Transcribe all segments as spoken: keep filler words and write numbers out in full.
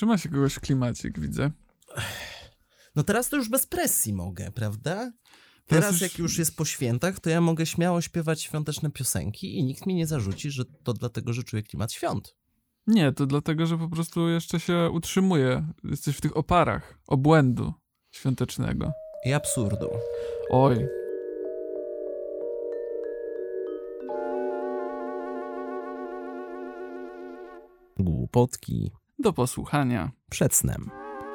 Trzyma się kogoś klimacik, widzę. No teraz to już bez presji mogę, prawda? Teraz, teraz już... jak już jest po świętach, to ja mogę śmiało śpiewać świąteczne piosenki i nikt mi nie zarzuci, że to dlatego, że czuję klimat świąt. Nie, to dlatego, że po prostu jeszcze się utrzymuje. Jesteś w tych oparach obłędu świątecznego. I absurdu. Oj. Głupotki. Do posłuchania. Przed snem.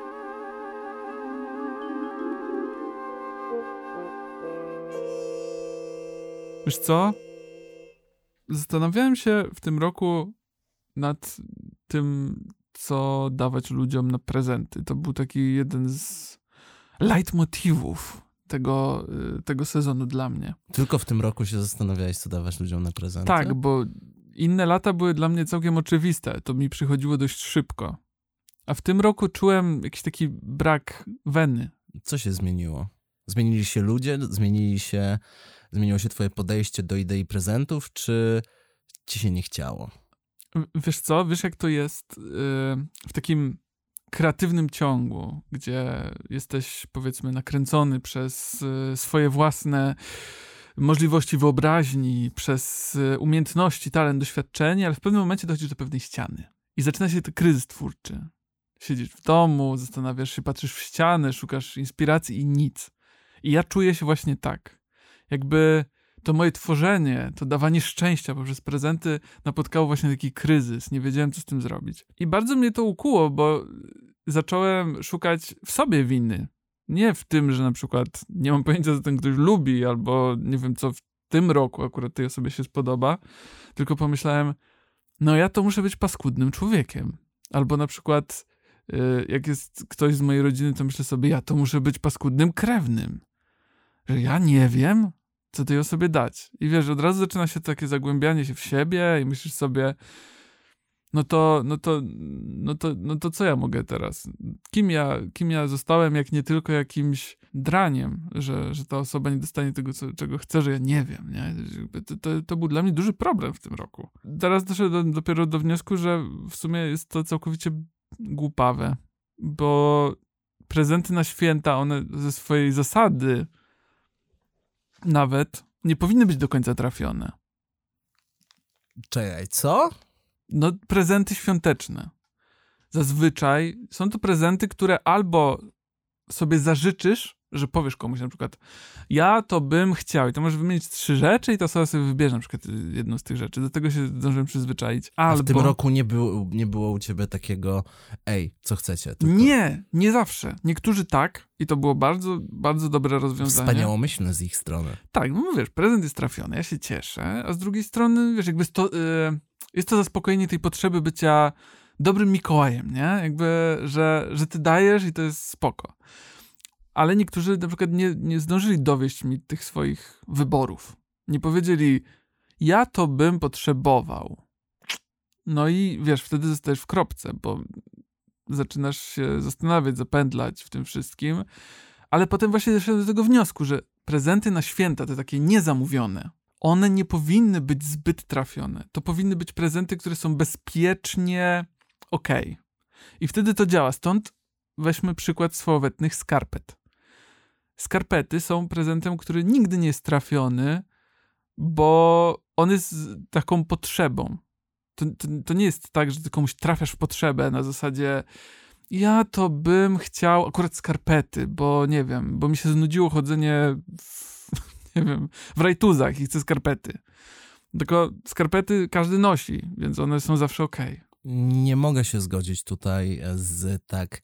Wiesz co? Zastanawiałem się w tym roku nad tym, co dawać ludziom na prezenty. To był taki jeden z leitmotywów tego, tego sezonu dla mnie. Tylko w tym roku się zastanawiałeś, co dawać ludziom na prezenty? Tak, bo inne lata były dla mnie całkiem oczywiste. To mi przychodziło dość szybko. A w tym roku czułem jakiś taki brak weny. Co się zmieniło? Zmienili się ludzie? Zmienili się, zmieniło się twoje podejście do idei prezentów? Czy ci się nie chciało? Wiesz co? Wiesz jak to jest yy, w takim kreatywnym ciągu, gdzie jesteś, powiedzmy, nakręcony przez yy, swoje własne możliwości wyobraźni, przez yy, umiejętności, talent, doświadczenie, ale w pewnym momencie dochodzisz do pewnej ściany. I zaczyna się ten kryzys twórczy. Siedzisz w domu, zastanawiasz się, patrzysz w ścianę, szukasz inspiracji i nic. I ja czuję się właśnie tak. Jakby to moje tworzenie, to dawanie szczęścia poprzez prezenty napotkało właśnie taki kryzys. Nie wiedziałem, co z tym zrobić. I bardzo mnie to ukuło, bo zacząłem szukać w sobie winy. Nie w tym, że na przykład nie mam pojęcia, co ten ktoś lubi, albo nie wiem, co w tym roku akurat tej osobie się spodoba, tylko pomyślałem, no ja to muszę być paskudnym człowiekiem. Albo na przykład jak jest ktoś z mojej rodziny, to myślę sobie, ja to muszę być paskudnym krewnym. Że ja nie wiem, co tej osobie dać. I wiesz, od razu zaczyna się takie zagłębianie się w siebie i myślisz sobie, no to, no to, no to, no to co ja mogę teraz? Kim ja, kim ja zostałem, jak nie tylko jakimś draniem, że, że ta osoba nie dostanie tego, co, czego chce, że ja nie wiem, nie? To, to, to był dla mnie duży problem w tym roku. Teraz doszedłem dopiero do wniosku, że w sumie jest to całkowicie głupawe, bo prezenty na święta, one ze swojej zasady nawet nie powinny być do końca trafione. Czekaj, co? No, prezenty świąteczne. Zazwyczaj są to prezenty, które albo sobie zażyczysz, że powiesz komuś na przykład, ja to bym chciał i to możesz wymienić trzy rzeczy i ta osoba sobie wybierze na przykład jedną z tych rzeczy. Do tego się zdążyłem przyzwyczaić. Albo... A w tym roku nie było, nie było u ciebie takiego, ej, co chcecie? Tylko... Nie, nie zawsze. Niektórzy tak i to było bardzo, bardzo dobre rozwiązanie. Wspaniałomyślne z ich strony. Tak, no wiesz, prezent jest trafiony, ja się cieszę, a z drugiej strony, wiesz, jakby to, yy, jest to zaspokojenie tej potrzeby bycia dobrym Mikołajem, nie? Jakby, że, że ty dajesz i to jest spoko. Ale niektórzy na przykład nie, nie zdążyli dowieść mi tych swoich wyborów. Nie powiedzieli, ja to bym potrzebował. No i wiesz, wtedy zostajesz w kropce, bo zaczynasz się zastanawiać, zapędlać w tym wszystkim, ale potem właśnie doszedłem do tego wniosku, że prezenty na święta, te takie niezamówione, one nie powinny być zbyt trafione. To powinny być prezenty, które są bezpiecznie okej. Okay. I wtedy to działa. Stąd weźmy przykład słowetnych skarpet. Skarpety są prezentem, który nigdy nie jest trafiony, bo on jest taką potrzebą. To, to, to nie jest tak, że ty komuś trafiasz w potrzebę na zasadzie ja to bym chciał akurat skarpety, bo nie wiem, bo mi się znudziło chodzenie w, nie wiem, w rajtuzach i chcę skarpety. Tylko skarpety każdy nosi, więc one są zawsze okej. Okay. Nie mogę się zgodzić tutaj z tak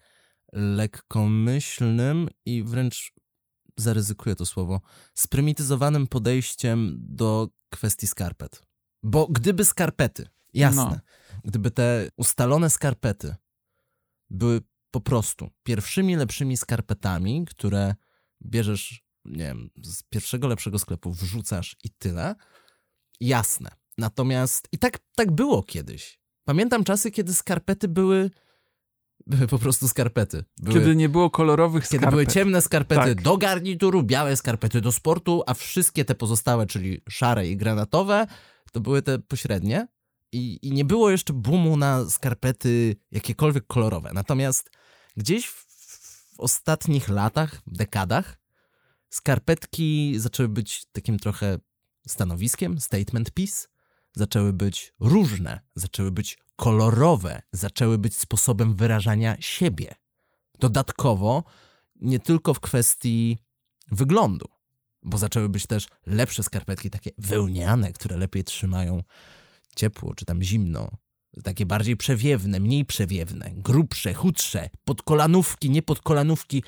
lekkomyślnym i wręcz zaryzykuję to słowo, sprymityzowanym podejściem do kwestii skarpet. Bo gdyby skarpety, jasne, no. gdyby te ustalone skarpety były po prostu pierwszymi lepszymi skarpetami, które bierzesz, nie wiem, z pierwszego lepszego sklepu, wrzucasz i tyle, jasne. Natomiast i tak, tak było kiedyś. Pamiętam czasy, kiedy skarpety były Były po prostu skarpety. Były, kiedy nie było kolorowych kiedy skarpet. Kiedy były ciemne skarpety tak. do garnituru, białe skarpety do sportu, a wszystkie te pozostałe, czyli szare i granatowe, to były te pośrednie. I, I nie było jeszcze boomu na skarpety jakiekolwiek kolorowe. Natomiast gdzieś w, w ostatnich latach, dekadach, skarpetki zaczęły być takim trochę stanowiskiem, statement piece. Zaczęły być różne, zaczęły być kolorowe, zaczęły być sposobem wyrażania siebie. Dodatkowo nie tylko w kwestii wyglądu, bo zaczęły być też lepsze skarpetki, takie wełniane, które lepiej trzymają ciepło czy tam zimno, takie bardziej przewiewne, mniej przewiewne, grubsze, chudsze, podkolanówki, nie podkolanówki.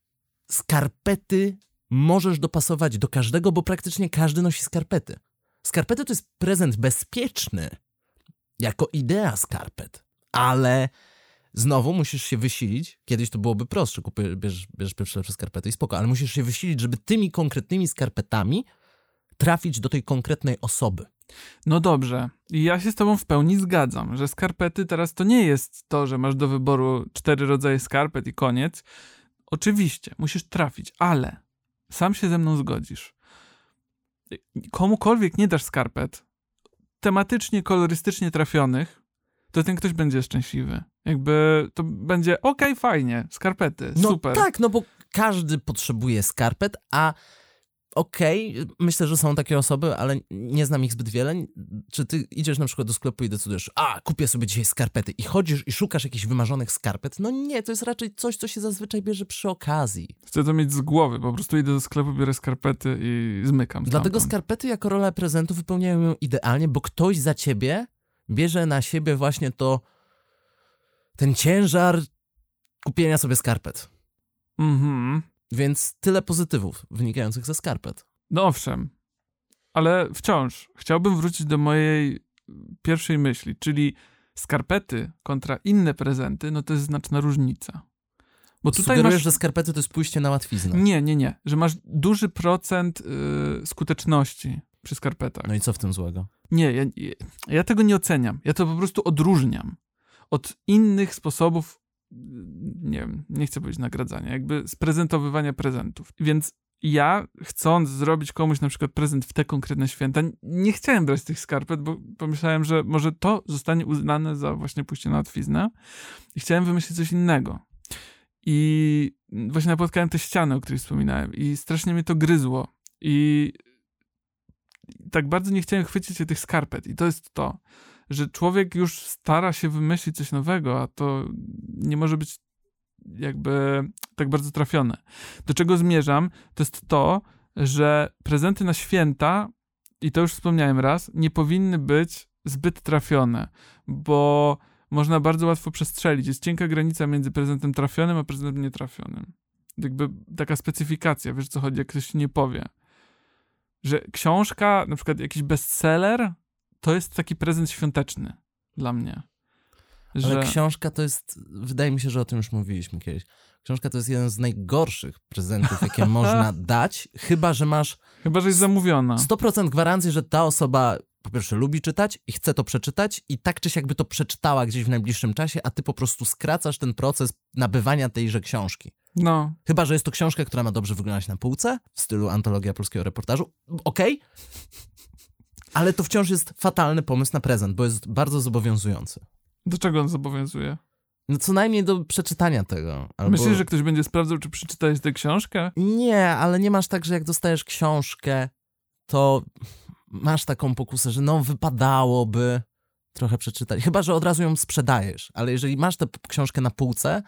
Skarpety możesz dopasować do każdego, bo praktycznie każdy nosi skarpety. Skarpety to jest prezent bezpieczny, jako idea skarpet, ale znowu musisz się wysilić, kiedyś to byłoby prostsze, kupisz, bierzesz, bierzesz pierwsze lepsze skarpety i spoko, ale musisz się wysilić, żeby tymi konkretnymi skarpetami trafić do tej konkretnej osoby. No dobrze, i ja się z tobą w pełni zgadzam, że skarpety teraz to nie jest to, że masz do wyboru cztery rodzaje skarpet i koniec. Oczywiście, musisz trafić, ale sam się ze mną zgodzisz. Komukolwiek nie dasz skarpet tematycznie, kolorystycznie trafionych, to ten ktoś będzie szczęśliwy. Jakby to będzie okej, okay, fajnie, skarpety, no super. No tak, no bo każdy potrzebuje skarpet, a okej, okay, myślę, że są takie osoby, ale nie znam ich zbyt wiele. Czy ty idziesz na przykład do sklepu i decydujesz, a kupię sobie dzisiaj skarpety i chodzisz i szukasz jakichś wymarzonych skarpet? No nie, to jest raczej coś, co się zazwyczaj bierze przy okazji. Chcę to mieć z głowy, po prostu idę do sklepu, biorę skarpety i zmykam. Dlatego skarpety jako rolę prezentu wypełniają ją idealnie, bo ktoś za ciebie bierze na siebie właśnie to, ten ciężar kupienia sobie skarpet. Mhm. Więc tyle pozytywów wynikających ze skarpet. No owszem, ale wciąż chciałbym wrócić do mojej pierwszej myśli, czyli skarpety kontra inne prezenty, no to jest znaczna różnica. Bo tutaj Sugerujesz, masz... że skarpety to jest pójście na łatwiznę. Nie, nie, nie. Że masz duży procent yy, skuteczności przy skarpetach. No i co w tym złego? Nie, ja, ja tego nie oceniam. Ja to po prostu odróżniam od innych sposobów, nie wiem, nie chcę powiedzieć nagradzania, jakby sprezentowywania prezentów. Więc ja, chcąc zrobić komuś na przykład prezent w te konkretne święta, nie chciałem brać tych skarpet, bo pomyślałem, że może to zostanie uznane za właśnie pójście na łatwiznę i chciałem wymyślić coś innego. I właśnie napotkałem tę ścianę, o której wspominałem i strasznie mnie to gryzło i tak bardzo nie chciałem chwycić się tych skarpet i to jest to, że człowiek już stara się wymyślić coś nowego, a to nie może być jakby tak bardzo trafione. Do czego zmierzam, to jest to, że prezenty na święta, i to już wspomniałem raz, nie powinny być zbyt trafione, bo można bardzo łatwo przestrzelić. Jest cienka granica między prezentem trafionym a prezentem nietrafionym. Jakby taka specyfikacja, wiesz co chodzi, jak ktoś nie powie. Że książka, na przykład jakiś bestseller, to jest taki prezent świąteczny dla mnie. Że... Ale książka to jest, wydaje mi się, że o tym już mówiliśmy kiedyś. Książka to jest jeden z najgorszych prezentów, jakie można dać, chyba że masz... Chyba, że jest zamówiona. sto procent gwarancji, że ta osoba po pierwsze lubi czytać i chce to przeczytać i tak czy siak by to przeczytała gdzieś w najbliższym czasie, a ty po prostu skracasz ten proces nabywania tejże książki. No. Chyba że jest to książka, która ma dobrze wyglądać na półce, w stylu antologia polskiego reportażu. Okej. Okay. Ale to wciąż jest fatalny pomysł na prezent, bo jest bardzo zobowiązujący. Do czego on zobowiązuje? No co najmniej do przeczytania tego. Albo... Myślisz, że ktoś będzie sprawdzał, czy przeczytałeś tę książkę? Nie, ale nie masz tak, że jak dostajesz książkę, to masz taką pokusę, że no wypadałoby trochę przeczytać. Chyba że od razu ją sprzedajesz, ale jeżeli masz tę książkę na półce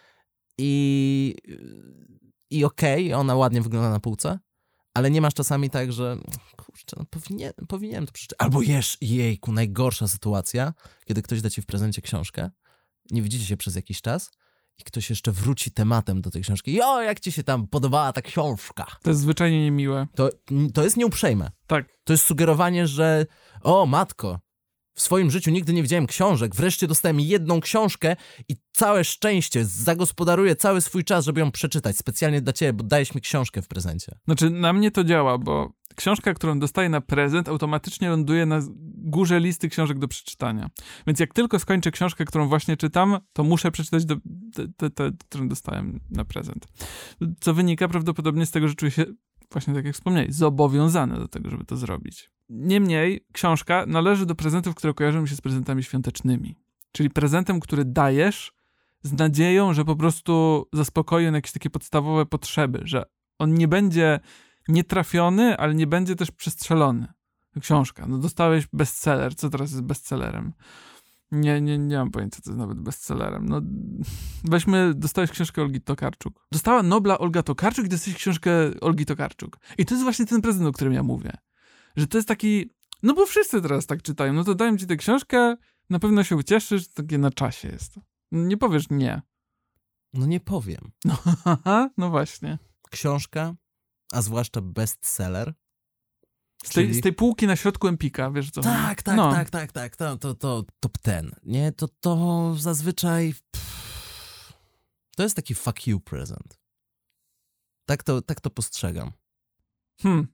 i, i okej, okay, ona ładnie wygląda na półce, ale nie masz czasami tak, że kurczę, no powinien, powinienem to przeczytać. Albo jesz, jejku, najgorsza sytuacja, kiedy ktoś da ci w prezencie książkę, nie widzicie się przez jakiś czas i ktoś jeszcze wróci tematem do tej książki. Jo, jak ci się tam podobała ta książka? To jest zwyczajnie niemiłe. To, to jest nieuprzejme. Tak. To jest sugerowanie, że o matko, w swoim życiu nigdy nie widziałem książek, wreszcie dostałem jedną książkę i całe szczęście, zagospodaruję cały swój czas, żeby ją przeczytać specjalnie dla ciebie, bo dajesz mi książkę w prezencie. Znaczy, na mnie to działa, bo książka, którą dostaję na prezent, automatycznie ląduje na górze listy książek do przeczytania. Więc jak tylko skończę książkę, którą właśnie czytam, to muszę przeczytać tę, którą dostałem na prezent. Co wynika prawdopodobnie z tego, że czuję się właśnie tak jak wspomniałeś, zobowiązane do tego, żeby to zrobić. Niemniej książka należy do prezentów, które kojarzą mi się z prezentami świątecznymi. Czyli prezentem, który dajesz z nadzieją, że po prostu zaspokoi on jakieś takie podstawowe potrzeby, że on nie będzie nietrafiony, ale nie będzie też przestrzelony. Książka. No dostałeś bestseller. Co teraz jest bestsellerem? Nie, nie, nie mam pojęcia, co jest nawet bestsellerem. No, weźmy, dostałeś książkę Olgi Tokarczuk. Dostała Nobla Olga Tokarczuk i dostałeś książkę Olgi Tokarczuk. I to jest właśnie ten prezent, o którym ja mówię. Że to jest taki, no bo wszyscy teraz tak czytają, no to dałem ci tę książkę, na pewno się ucieszysz, takie na czasie jest to. Nie powiesz nie. No nie powiem. No, no właśnie. Książka, a zwłaszcza bestseller. Z tej, czyli... z tej półki na środku Empika, wiesz co? Tak, tak, no. tak, tak, tak, to, to, to top ten, nie? To, to zazwyczaj pff, to jest taki fuck you prezent. Tak to, tak to postrzegam. Hmm.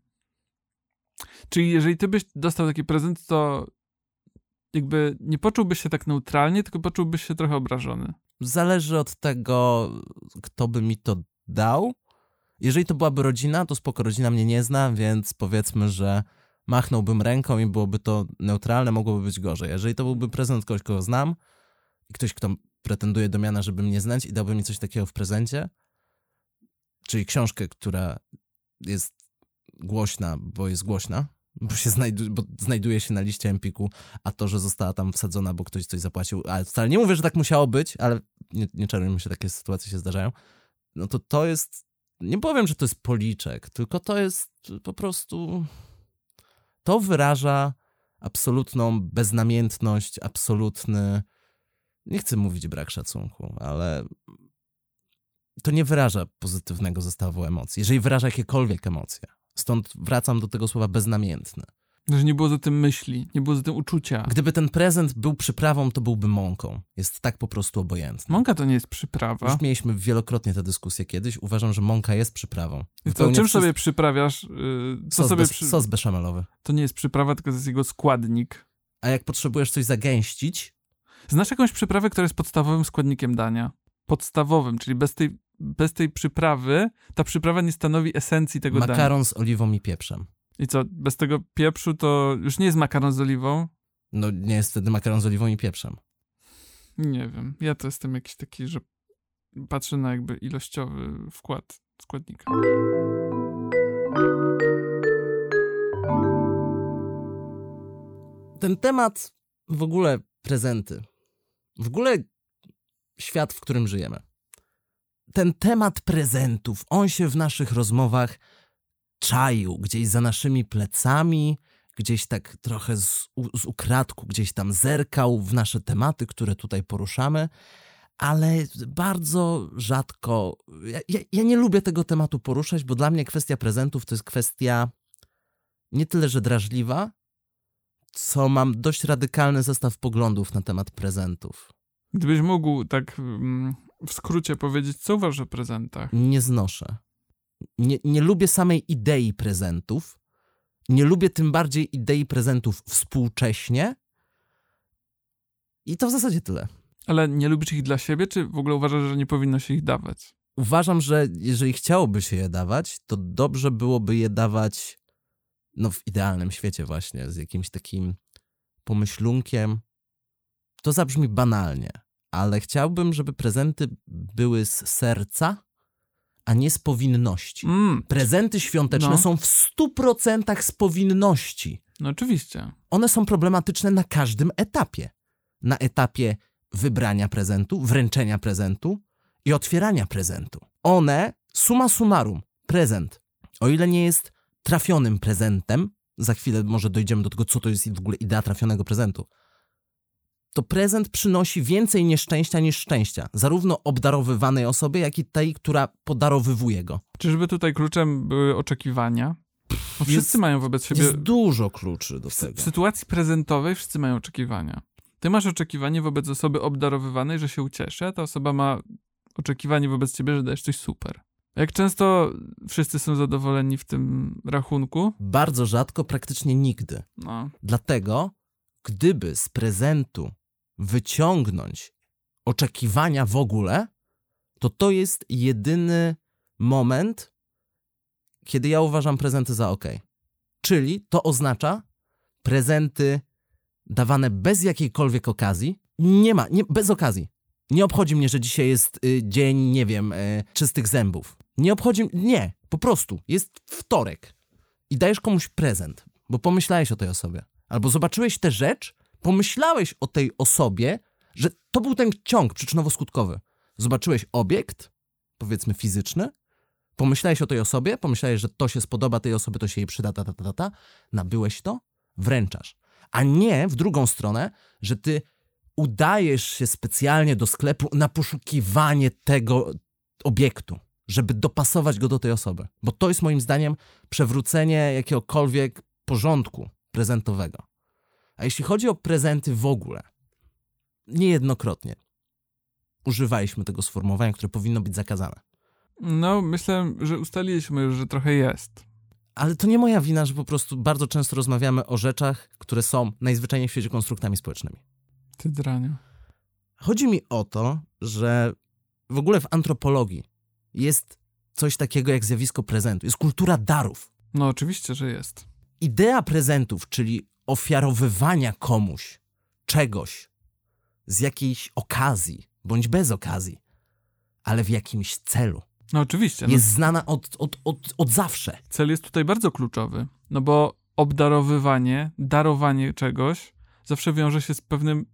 Czyli jeżeli ty byś dostał taki prezent, to jakby nie poczułbyś się tak neutralnie, tylko poczułbyś się trochę obrażony. Zależy od tego, kto by mi to dał. Jeżeli to byłaby rodzina, to spoko, rodzina mnie nie zna, więc powiedzmy, że machnąłbym ręką i byłoby to neutralne, mogłoby być gorzej. Jeżeli to byłby prezent kogoś, kogo znam i ktoś, kto pretenduje do miana, żeby mnie znać i dałby mi coś takiego w prezencie, czyli książkę, która jest głośna, bo jest głośna, bo, się znajdu- bo znajduje się na liście Empiku, a to, że została tam wsadzona, bo ktoś coś zapłacił, ale wcale nie mówię, że tak musiało być, ale nie, nie czarujmy się, takie sytuacje się zdarzają, no to to jest, nie powiem, że to jest policzek, tylko to jest po prostu, to wyraża absolutną beznamiętność, absolutny, nie chcę mówić brak szacunku, ale to nie wyraża pozytywnego zestawu emocji, jeżeli wyraża jakiekolwiek emocje. Stąd wracam do tego słowa beznamiętny. Że nie było za tym myśli, nie było za tym uczucia. Gdyby ten prezent był przyprawą, to byłby mąką. Jest tak po prostu obojętny. Mąka to nie jest przyprawa. Już mieliśmy wielokrotnie tę dyskusję kiedyś. Uważam, że mąka jest przyprawą. I to czym wszystko... sobie przyprawiasz? Yy, co sos, sobie bez, przy... sos beszamelowy. To nie jest przyprawa, tylko to jest jego składnik. A jak potrzebujesz coś zagęścić? Znasz jakąś przyprawę, która jest podstawowym składnikiem dania? Podstawowym, czyli bez tej, bez tej przyprawy, ta przyprawa nie stanowi esencji tego Makaron dania. Makaron z oliwą i pieprzem. I co, bez tego pieprzu to już nie jest makaron z oliwą? No nie jest wtedy makaron z oliwą i pieprzem. Nie wiem, ja to jestem jakiś taki, że patrzę na jakby ilościowy wkład składnika. Ten temat, w ogóle prezenty, w ogóle świat, w którym żyjemy. Ten temat prezentów, on się w naszych rozmowach czaił gdzieś za naszymi plecami, gdzieś tak trochę z, z ukradku, gdzieś tam zerkał w nasze tematy, które tutaj poruszamy, ale bardzo rzadko... Ja, ja, ja nie lubię tego tematu poruszać, bo dla mnie kwestia prezentów to jest kwestia nie tyle, że drażliwa, co mam dość radykalny zestaw poglądów na temat prezentów. Gdybyś mógł tak w skrócie powiedzieć, co uważasz o prezentach? Nie znoszę. Nie, nie lubię samej idei prezentów. Nie lubię tym bardziej idei prezentów współcześnie. I to w zasadzie tyle. Ale nie lubisz ich dla siebie, czy w ogóle uważasz, że nie powinno się ich dawać? Uważam, że jeżeli chciałoby się je dawać, to dobrze byłoby je dawać no w idealnym świecie właśnie, z jakimś takim pomyślunkiem. To zabrzmi banalnie, ale chciałbym, żeby prezenty były z serca, a nie z powinności. Mm. Prezenty świąteczne no. są w stu procentach z powinności. No oczywiście. One są problematyczne na każdym etapie. Na etapie wybrania prezentu, wręczenia prezentu i otwierania prezentu. One, summa summarum, prezent, o ile nie jest trafionym prezentem, za chwilę może dojdziemy do tego, co to jest w ogóle idea trafionego prezentu, to prezent przynosi więcej nieszczęścia niż szczęścia, zarówno obdarowywanej osobie, jak i tej, która podarowywuje go. Czyżby tutaj kluczem były oczekiwania? Bo wszyscy jest, mają wobec siebie... Jest dużo kluczy do tego. W sytuacji prezentowej wszyscy mają oczekiwania. Ty masz oczekiwanie wobec osoby obdarowywanej, że się ucieszy, a ta osoba ma oczekiwanie wobec ciebie, że dajesz coś super. Jak często wszyscy są zadowoleni w tym rachunku? Bardzo rzadko, praktycznie nigdy. No. Dlatego, gdyby z prezentu wyciągnąć oczekiwania w ogóle, to to jest jedyny moment, kiedy ja uważam prezenty za okej. Czyli to oznacza prezenty dawane bez jakiejkolwiek okazji. Nie ma, nie, bez okazji. Nie obchodzi mnie, że dzisiaj jest y, dzień, nie wiem, y, czystych zębów. Nie obchodzi, nie, po prostu. Jest wtorek i dajesz komuś prezent, bo pomyślałeś o tej osobie. Albo zobaczyłeś tę rzecz, pomyślałeś o tej osobie, że to był ten ciąg przyczynowo-skutkowy. Zobaczyłeś obiekt, powiedzmy fizyczny, pomyślałeś o tej osobie, pomyślałeś, że to się spodoba tej osobie, to się jej przyda, ta, ta, ta, ta, nabyłeś to, wręczasz. A nie w drugą stronę, że ty udajesz się specjalnie do sklepu na poszukiwanie tego obiektu, żeby dopasować go do tej osoby. Bo to jest moim zdaniem przewrócenie jakiegokolwiek porządku prezentowego. A jeśli chodzi o prezenty w ogóle, niejednokrotnie używaliśmy tego sformułowania, które powinno być zakazane. No, myślę, że ustaliliśmy już, że trochę jest. Ale to nie moja wina, że po prostu bardzo często rozmawiamy o rzeczach, które są najzwyczajniej w świecie konstruktami społecznymi. Ty draniu. Chodzi mi o to, że w ogóle w antropologii jest coś takiego jak zjawisko prezentu. Jest kultura darów. No oczywiście, że jest. Idea prezentów, czyli ofiarowywania komuś czegoś z jakiejś okazji, bądź bez okazji, ale w jakimś celu. No oczywiście. Jest no. znana od, od, od, od zawsze. Cel jest tutaj bardzo kluczowy, no bo obdarowywanie, darowanie czegoś zawsze wiąże się z pewnym,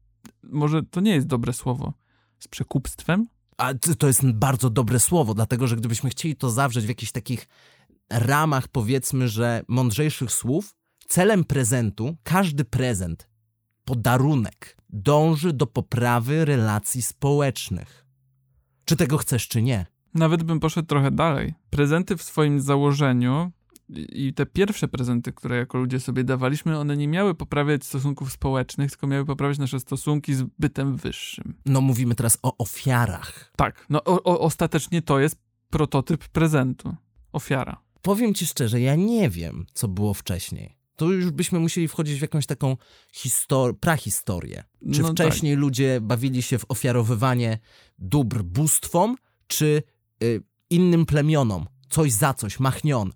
może to nie jest dobre słowo, z przekupstwem? A to jest bardzo dobre słowo, dlatego że gdybyśmy chcieli to zawrzeć w jakichś takich ramach, powiedzmy, że mądrzejszych słów, celem prezentu, każdy prezent, podarunek, dąży do poprawy relacji społecznych. Czy tego chcesz, czy nie? Nawet bym poszedł trochę dalej. Prezenty w swoim założeniu i te pierwsze prezenty, które jako ludzie sobie dawaliśmy, one nie miały poprawiać stosunków społecznych, tylko miały poprawiać nasze stosunki z bytem wyższym. No mówimy teraz o ofiarach. Tak, no o, o, ostatecznie to jest prototyp prezentu. Ofiara. Powiem ci szczerze, ja nie wiem, co było wcześniej. To już byśmy musieli wchodzić w jakąś taką histor- prahistorię. Czy no wcześniej tak. ludzie bawili się w ofiarowywanie dóbr bóstwom, czy y, innym plemionom, coś za coś, machnion.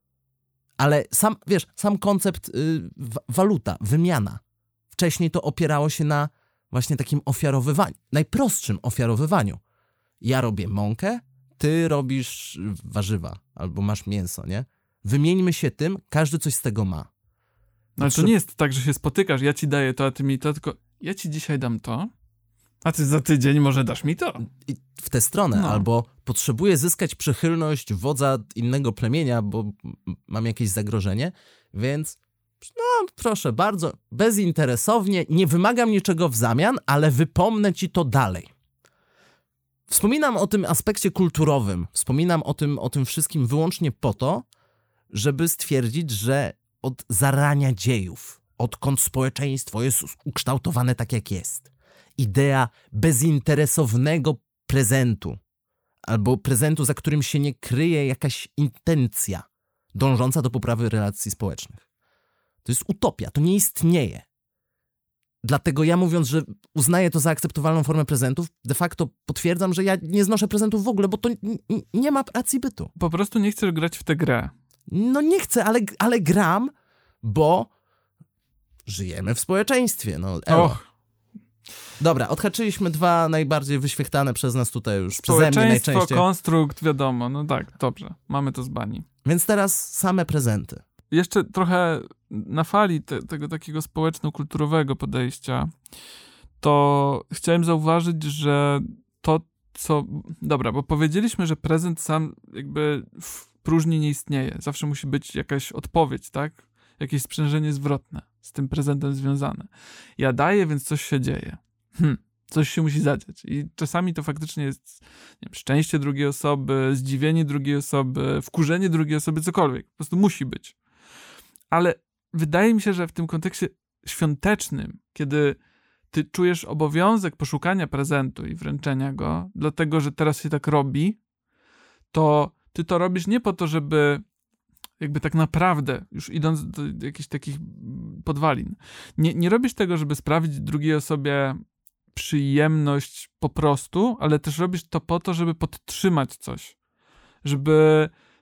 Ale sam, wiesz, sam koncept y, w- waluta, wymiana. Wcześniej to opierało się na właśnie takim ofiarowywaniu, najprostszym ofiarowywaniu. Ja robię mąkę, ty robisz warzywa, albo masz mięso, nie? Wymieńmy się tym, każdy coś z tego ma. No ale to nie jest tak, że się spotykasz, ja ci daję to, a ty mi to, tylko ja ci dzisiaj dam to, a ty za tydzień może dasz mi to. I w tę stronę, No. albo potrzebuję zyskać przychylność wodza innego plemienia, bo m- mam jakieś zagrożenie, więc no proszę bardzo, bezinteresownie, nie wymagam niczego w zamian, ale wypomnę ci to dalej. Wspominam o tym aspekcie kulturowym, wspominam o tym, o tym wszystkim wyłącznie po to, żeby stwierdzić, że od zarania dziejów, odkąd społeczeństwo jest ukształtowane tak jak jest, idea bezinteresownego prezentu albo prezentu, za którym się nie kryje jakaś intencja dążąca do poprawy relacji społecznych. To jest utopia, to nie istnieje. Dlatego ja, mówiąc, że uznaję to za akceptowalną formę prezentów, de facto potwierdzam, że ja nie znoszę prezentów w ogóle, bo to n- n- nie ma racji bytu. Po prostu nie chcesz grać w tę grę. No nie chcę, ale, ale gram, bo żyjemy w społeczeństwie. No, elo. Och, Dobra, odhaczyliśmy dwa najbardziej wyświechtane przez nas tutaj już, przeze mnie społeczeństwo, najczęściej. konstrukt, wiadomo, no tak, dobrze, mamy to z bani. Więc teraz same prezenty. Jeszcze trochę na fali te, tego takiego społeczno-kulturowego podejścia, to chciałem zauważyć, że to, co... Dobra, bo powiedzieliśmy, że prezent sam jakby w próżni nie istnieje. Zawsze musi być jakaś odpowiedź, tak? Jakieś sprzężenie zwrotne z tym prezentem związane. Ja daję, więc coś się dzieje. Hm, coś się musi zadziać. I czasami to faktycznie jest nie wiem, szczęście drugiej osoby, zdziwienie drugiej osoby, wkurzenie drugiej osoby, cokolwiek. Po prostu musi być. Ale wydaje mi się, że w tym kontekście świątecznym, kiedy ty czujesz obowiązek poszukania prezentu i wręczenia go, dlatego, że teraz się tak robi, to ty to robisz nie po to, żeby jakby tak naprawdę, już idąc do jakichś takich podwalin, nie, nie robisz tego, żeby sprawić drugiej osobie przyjemność po prostu, ale też robisz to po to, żeby podtrzymać coś. Żeby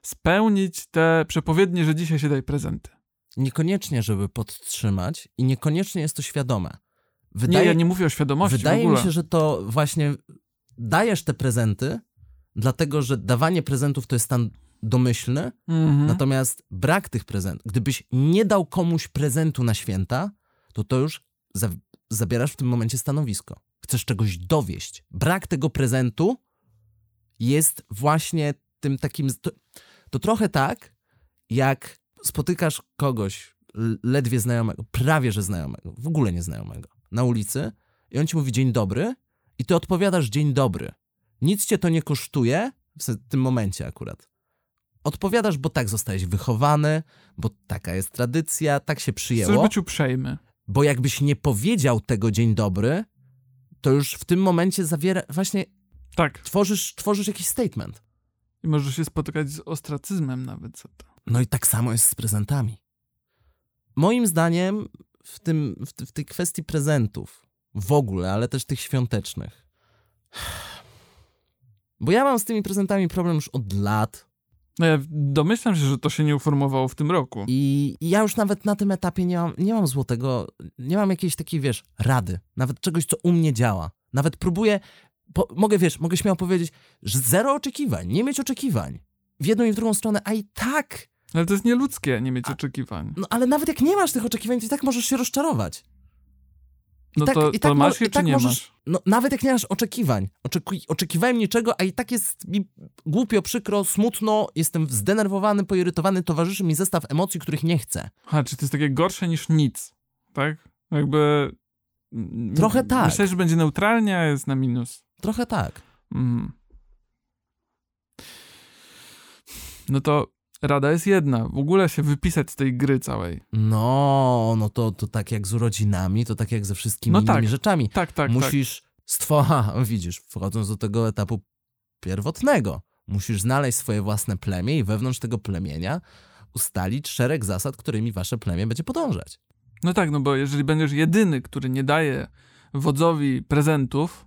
spełnić te przepowiednie, że dzisiaj się daje prezenty. Niekoniecznie, żeby podtrzymać i niekoniecznie jest to świadome. Wydaje, nie, ja nie mówię o świadomości Wydaje w ogóle. mi się, że to właśnie dajesz te prezenty, dlatego że dawanie prezentów to jest stan domyślny, Mhm. natomiast brak tych prezentów, gdybyś nie dał komuś prezentu na święta, to to już za, zabierasz w tym momencie stanowisko. Chcesz czegoś dowieść. Brak tego prezentu jest właśnie tym takim... To, to trochę tak, jak spotykasz kogoś ledwie znajomego, prawie że znajomego, w ogóle nieznajomego, na ulicy i on ci mówi dzień dobry i ty odpowiadasz dzień dobry. Nic cię to nie kosztuje, w tym momencie akurat. Odpowiadasz, bo tak zostałeś wychowany, bo taka jest tradycja, tak się przyjęło. Chcesz być uprzejmy. Bo jakbyś nie powiedział tego dzień dobry, to już w tym momencie zawiera, właśnie Tak. tworzysz, tworzysz jakiś statement. I możesz się spotykać z ostracyzmem nawet za to. No i tak samo jest z prezentami. Moim zdaniem w, tym, w, w tej kwestii prezentów w ogóle, ale też tych świątecznych. Bo ja mam z tymi prezentami problem już od lat. No ja domyślam się, że to się nie uformowało w tym roku. I, i ja już nawet na tym etapie nie mam, nie mam złotego, nie mam jakiejś takiej, wiesz, rady. Nawet czegoś, co u mnie działa. Nawet próbuję, po, mogę, wiesz, mogę śmiało powiedzieć, że zero oczekiwań, nie mieć oczekiwań. W jedną i w drugą stronę, a i tak... Ale to jest nieludzkie nie mieć a, oczekiwań. No ale nawet jak nie masz tych oczekiwań, to i tak możesz się rozczarować. I no tak, to, i to tak masz mo- je, i tak czy nie możesz, masz? No nawet jak nie masz oczekiwań. Oczeki- oczekiwałem niczego, a i tak jest mi głupio, przykro, smutno, jestem zdenerwowany, poirytowany, towarzyszy mi zestaw emocji, których nie chcę. A, czy to jest takie gorsze niż nic, tak? Jakby... Trochę tak. Myślę, że będzie neutralnie, a jest na minus. Trochę tak. Mm. No to rada jest jedna. W ogóle się wypisać z tej gry całej. No, no to, to tak jak z urodzinami, to tak jak ze wszystkimi No innymi tak. rzeczami. Tak, tak, Musisz stworzyć, widzisz, wchodząc do tego etapu pierwotnego, musisz znaleźć swoje własne plemię i wewnątrz tego plemienia ustalić szereg zasad, którymi wasze plemię będzie podążać. No tak, no bo jeżeli będziesz jedyny, który nie daje wodzowi prezentów,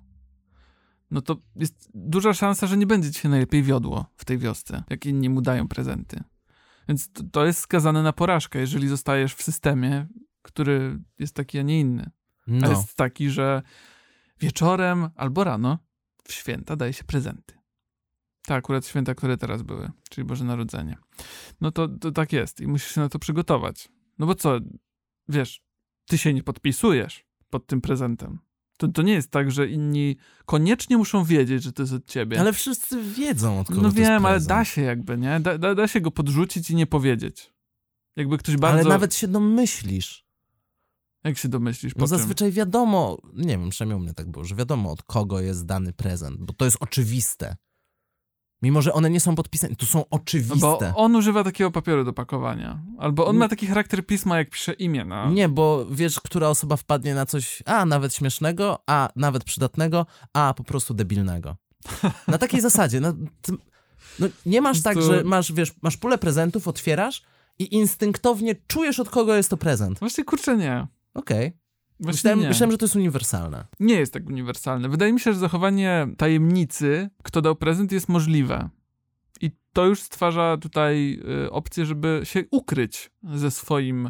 no to jest duża szansa, że nie będzie ci się najlepiej wiodło w tej wiosce, jak inni mu dają prezenty. Więc to, to jest skazane na porażkę, jeżeli zostajesz w systemie, który jest taki, a nie inny. No. A jest taki, że wieczorem albo rano w święta daje się prezenty. Tak, akurat święta, które teraz były, czyli Boże Narodzenie. No to, to tak jest i musisz się na to przygotować. No bo co, wiesz, ty się nie podpisujesz pod tym prezentem. To, to nie jest tak, że inni koniecznie muszą wiedzieć, że to jest od ciebie. Ale wszyscy wiedzą, od kogo No to jest wiem, ale prezent. da się jakby, nie? Da, da, da się go podrzucić i nie powiedzieć. Jakby ktoś bardzo... Ale nawet się domyślisz. Jak się domyślisz, po No czym? zazwyczaj wiadomo, nie wiem, przynajmniej u mnie tak było, że wiadomo, od kogo jest dany prezent, bo to jest oczywiste. Mimo że one nie są podpisane, to są oczywiste. No bo on używa takiego papieru do pakowania. Albo on Nie. ma taki charakter pisma, jak pisze imię. No. Nie, bo wiesz, która osoba wpadnie na coś, a nawet śmiesznego, a nawet przydatnego, a po prostu debilnego. Na takiej zasadzie. No, ty, no nie masz tak, To- że masz, wiesz, masz pulę prezentów, otwierasz i instynktownie czujesz, od kogo jest to prezent. Właśnie, kurczę, nie. Okej. Właśnie Myślałem, nie. myślałem, że to jest uniwersalne. Nie jest tak uniwersalne. Wydaje mi się, że zachowanie tajemnicy, kto dał prezent, jest możliwe. I to już stwarza tutaj y, opcję, żeby się ukryć ze swoim,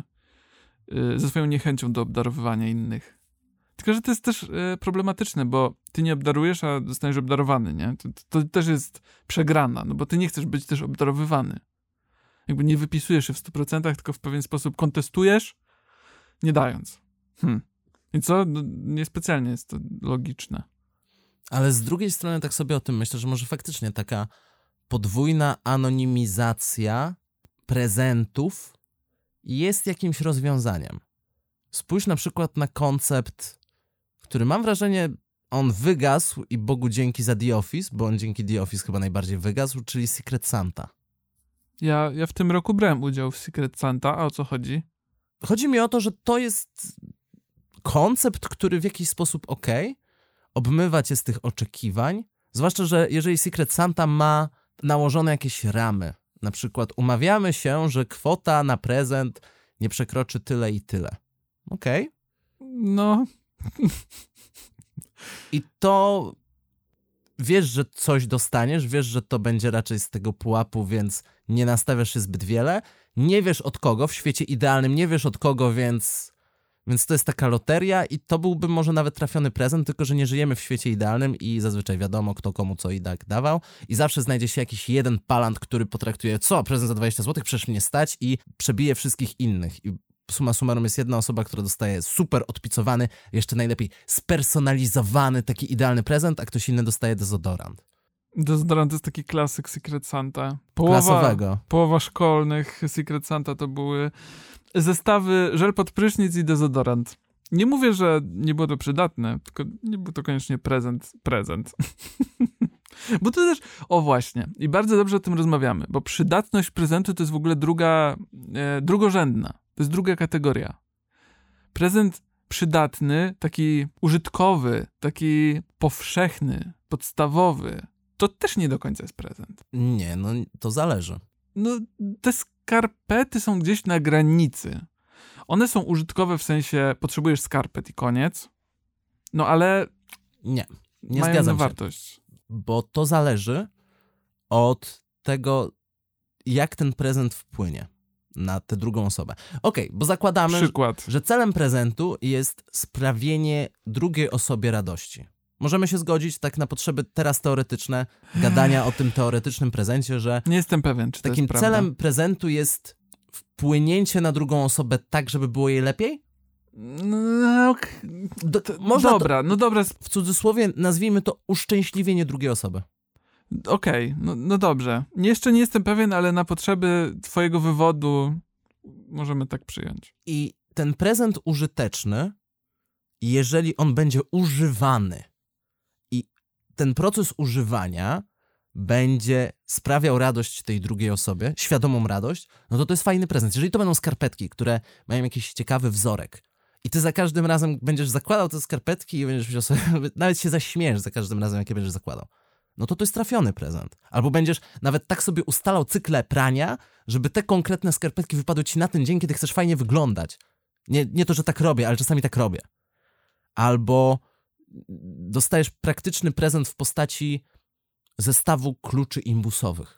y, ze swoją niechęcią do obdarowywania innych. Tylko, że to jest też y, problematyczne, bo ty nie obdarujesz, a zostaniesz obdarowany, nie? To, to też jest przegrana, no bo ty nie chcesz być też obdarowywany. Jakby nie wypisujesz się w stu procentach, tylko w pewien sposób kontestujesz, nie dając. Hm. I co? No, niespecjalnie jest to logiczne. Ale z drugiej strony tak sobie o tym myślę, że może faktycznie taka podwójna anonimizacja prezentów jest jakimś rozwiązaniem. Spójrz na przykład na koncept, który mam wrażenie, on wygasł i Bogu dzięki za The Office, bo on dzięki The Office chyba najbardziej wygasł, czyli Secret Santa. Ja, ja w tym roku brałem udział w Secret Santa, a o co chodzi? Chodzi mi o to, że to jest koncept, który w jakiś sposób okej, obmywa cię z tych oczekiwań, zwłaszcza, że jeżeli Secret Santa ma nałożone jakieś ramy, na przykład umawiamy się, że kwota na prezent nie przekroczy tyle i tyle. Okej? No, I to wiesz, że coś dostaniesz, wiesz, że to będzie raczej z tego pułapu, więc nie nastawiasz się zbyt wiele. Nie wiesz od kogo, w świecie idealnym nie wiesz od kogo, więc, więc to jest taka loteria i to byłby może nawet trafiony prezent, tylko że nie żyjemy w świecie idealnym i zazwyczaj wiadomo, kto komu co i tak dawał i zawsze znajdzie się jakiś jeden palant, który potraktuje, co, prezent za dwadzieścia złotych, przecież mnie stać i przebije wszystkich innych. I summa summarum jest jedna osoba, która dostaje super odpicowany, jeszcze najlepiej spersonalizowany, taki idealny prezent, a ktoś inny dostaje dezodorant. Dezodorant to jest taki klasyk Secret Santa. Połowa, Klasowego. Połowa szkolnych Secret Santa to były zestawy żel pod prysznic i dezodorant. Nie mówię, że nie było to przydatne, tylko nie był to koniecznie prezent. Prezent. Bo to też, o właśnie, i bardzo dobrze o tym rozmawiamy, bo przydatność prezentu to jest w ogóle druga, e, drugorzędna. To jest druga kategoria. Prezent przydatny, taki użytkowy, taki powszechny, podstawowy, to też nie do końca jest prezent. Nie, no to zależy. No, te skarpety są gdzieś na granicy. One są użytkowe w sensie, potrzebujesz skarpet i koniec, no ale nie, nie mają zgadzam się. wartość. Bo to zależy od tego, jak ten prezent wpłynie na tę drugą osobę. Okej, okay, bo zakładamy, Przykład. że celem prezentu jest sprawienie drugiej osobie radości. Możemy się zgodzić tak na potrzeby teraz teoretyczne, gadania o tym teoretycznym prezencie, że nie jestem pewien, czy to takim jest prawda. celem prezentu jest wpłynięcie na drugą osobę tak, żeby było jej lepiej? No, ok. Do, można dobra, to, no dobra. w cudzysłowie nazwijmy to uszczęśliwienie drugiej osoby. Okej, okay, no, no dobrze. Jeszcze nie jestem pewien, ale na potrzeby twojego wywodu możemy tak przyjąć. I ten prezent użyteczny, jeżeli on będzie używany i ten proces używania będzie sprawiał radość tej drugiej osobie, świadomą radość, no to to jest fajny prezent. Jeżeli to będą skarpetki, które mają jakiś ciekawy wzorek i ty za każdym razem będziesz zakładał te skarpetki i będziesz myślał sobie, nawet się zaśmiejesz za każdym razem, jakie będziesz zakładał, no to to jest trafiony prezent. Albo będziesz nawet tak sobie ustalał cykle prania, żeby te konkretne skarpetki wypadły ci na ten dzień, kiedy chcesz fajnie wyglądać. Nie, nie to, że tak robię, ale czasami tak robię. Albo dostajesz praktyczny prezent w postaci zestawu kluczy imbusowych.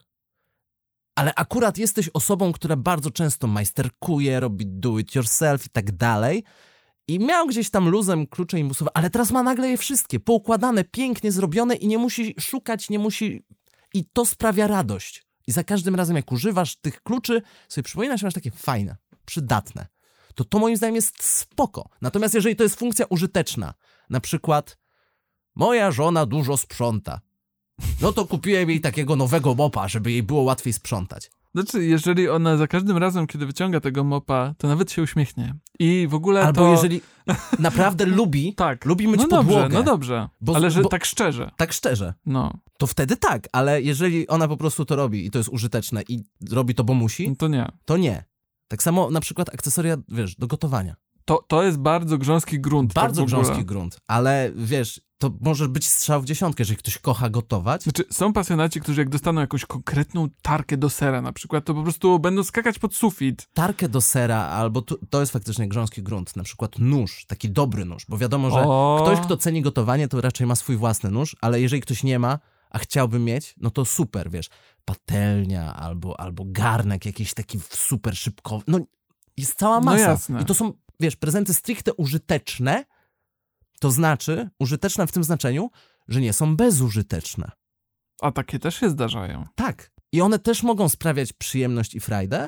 Ale akurat jesteś osobą, która bardzo często majsterkuje, robi do it yourself i tak dalej. I miał gdzieś tam luzem klucze imbusowe, ale teraz ma nagle je wszystkie, poukładane, pięknie zrobione i nie musi szukać, nie musi... I to sprawia radość. I za każdym razem, jak używasz tych kluczy, sobie przypominasz, że masz takie fajne, przydatne. To to moim zdaniem jest spoko. Natomiast jeżeli to jest funkcja użyteczna, na przykład moja żona dużo sprząta, no to kupiłem jej takiego nowego mopa, żeby jej było łatwiej sprzątać. Znaczy, jeżeli ona za każdym razem, kiedy wyciąga tego mopa, to nawet się uśmiechnie. I w ogóle Albo to... jeżeli naprawdę lubi, tak. lubi myć no podłogę. Dobrze, no dobrze, bo, ale że bo, tak szczerze. Tak szczerze. No. To wtedy tak, ale jeżeli ona po prostu to robi i to jest użyteczne i robi to, bo musi, no to nie. To nie. Tak samo na przykład akcesoria, wiesz, do gotowania. To, to jest bardzo grząski grunt. Bardzo tak grząski grunt, ale wiesz, to może być strzał w dziesiątkę, jeżeli ktoś kocha gotować. Znaczy, są pasjonaci, którzy jak dostaną jakąś konkretną tarkę do sera na przykład, to po prostu będą skakać pod sufit. Tarkę do sera, albo tu, to jest faktycznie grząski grunt, na przykład nóż, taki dobry nóż, bo wiadomo, że o... ktoś, kto ceni gotowanie, to raczej ma swój własny nóż, ale jeżeli ktoś nie ma, a chciałby mieć, no to super, wiesz, patelnia albo, albo garnek jakiś taki super szybkowy, no jest cała masa. No jasne. I to są, wiesz, prezenty stricte użyteczne, to znaczy, użyteczne w tym znaczeniu, że nie są bezużyteczne. A takie też się zdarzają. Tak. I one też mogą sprawiać przyjemność i frajdę.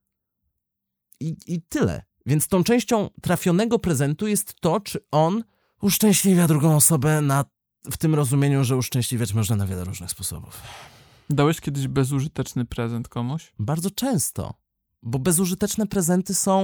I, i tyle. Więc tą częścią trafionego prezentu jest to, czy on uszczęśliwia drugą osobę na, w tym rozumieniu, że uszczęśliwiać można na wiele różnych sposobów. Dałeś kiedyś bezużyteczny prezent komuś? Bardzo często. Bo bezużyteczne prezenty są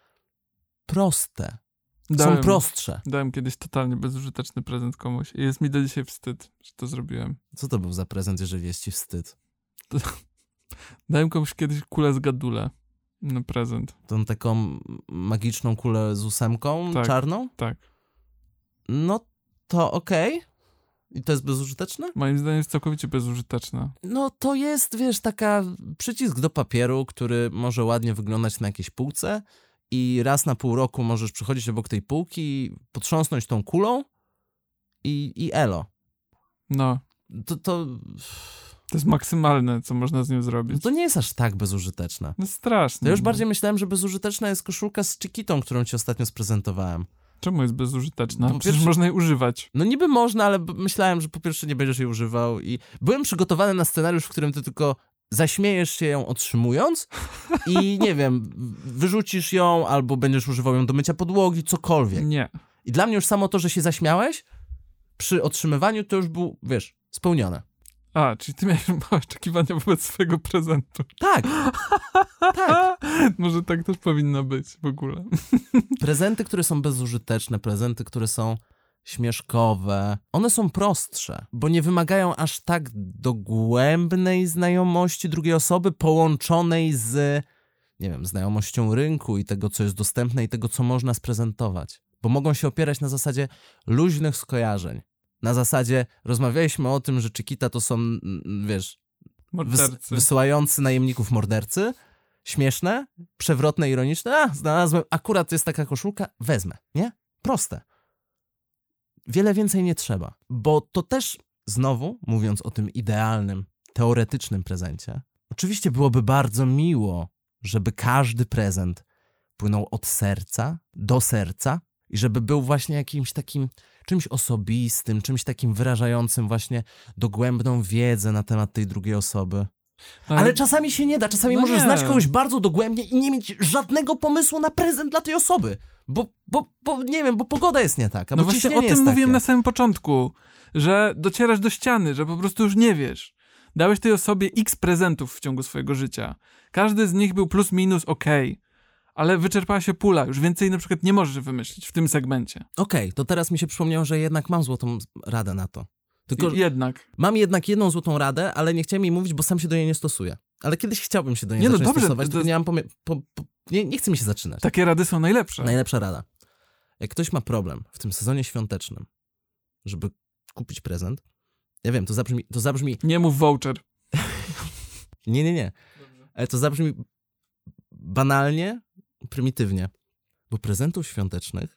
proste. Dałem, są prostsze. Dałem kiedyś totalnie bezużyteczny prezent komuś i jest mi do dzisiaj wstyd, że to zrobiłem. Co to był za prezent, jeżeli jest ci wstyd? To... Dałem komuś kiedyś kulę z gadule na prezent. Tą taką magiczną kulę z ósemką tak, czarną? Tak. No to okej. Okay. I to jest bezużyteczne? Moim zdaniem jest całkowicie bezużyteczne. No to jest, wiesz, taka przycisk do papieru, który może ładnie wyglądać na jakiejś półce i raz na pół roku możesz przychodzić obok tej półki, potrząsnąć tą kulą i, i elo. No. to... to... To jest maksymalne, co można z nią zrobić. No to nie jest aż tak bezużyteczne. No straszne. To już bardziej myślałem, że bezużyteczna jest koszulka z Chiquitą, którą ci ostatnio sprezentowałem. Czemu jest bezużyteczna? Po Przecież pierwsze- można jej używać. No niby można, ale b- myślałem, że po pierwsze nie będziesz jej używał i byłem przygotowany na scenariusz, w którym ty tylko zaśmiejesz się ją otrzymując i nie wiem, wyrzucisz ją albo będziesz używał ją do mycia podłogi, cokolwiek. Nie. I dla mnie już samo to, że się zaśmiałeś przy otrzymywaniu, to już był, wiesz, spełnione. A, czyli ty miałeś małe oczekiwania wobec swojego prezentu. Tak, tak. Może tak też powinno być w ogóle. Prezenty, które są bezużyteczne, prezenty, które są śmieszkowe, one są prostsze, bo nie wymagają aż tak dogłębnej znajomości drugiej osoby połączonej z, nie wiem, znajomością rynku i tego, co jest dostępne i tego, co można sprezentować. Bo mogą się opierać na zasadzie luźnych skojarzeń. Na zasadzie rozmawialiśmy o tym, że Chiquita to są, mm, wiesz, wys- Mordercy. wysyłający najemników mordercy. Śmieszne, przewrotne, ironiczne. A, znalazłem, akurat jest taka koszulka, wezmę, nie? Proste. Wiele więcej nie trzeba. Bo to też, znowu, mówiąc o tym idealnym, teoretycznym prezencie, oczywiście byłoby bardzo miło, żeby każdy prezent płynął od serca do serca i żeby był właśnie jakimś takim czymś osobistym, czymś takim wyrażającym właśnie dogłębną wiedzę na temat tej drugiej osoby. Ale, Ale czasami się nie da, czasami no możesz nie. znać kogoś bardzo dogłębnie i nie mieć żadnego pomysłu na prezent dla tej osoby. Bo, bo, bo nie wiem, bo pogoda jest nie taka, No bo właśnie o ciśnienie tym jest mówiłem takie. na samym początku, że docierasz do ściany, że po prostu już nie wiesz. Dałeś tej osobie x prezentów w ciągu swojego życia. Każdy z nich był plus minus okej, ale wyczerpała się pula. Już więcej na przykład nie możesz wymyślić w tym segmencie. Okej, to teraz mi się przypomniało, że jednak mam złotą radę na to. Tylko I, jednak. mam jednak jedną złotą radę, ale nie chciałem jej mówić, bo sam się do niej nie stosuję. Ale kiedyś chciałbym się do niej Nie, no zacząć dobrze, stosować, to- tylko nie mam pomie- po, po, nie, nie chce mi się zaczynać. Takie rady są najlepsze. Najlepsza rada. Jak ktoś ma problem w tym sezonie świątecznym, żeby kupić prezent, ja wiem, to zabrzmi, to zabrzmi Nie mów voucher. nie, nie, nie, ale to zabrzmi banalnie, prymitywnie, bo prezentów świątecznych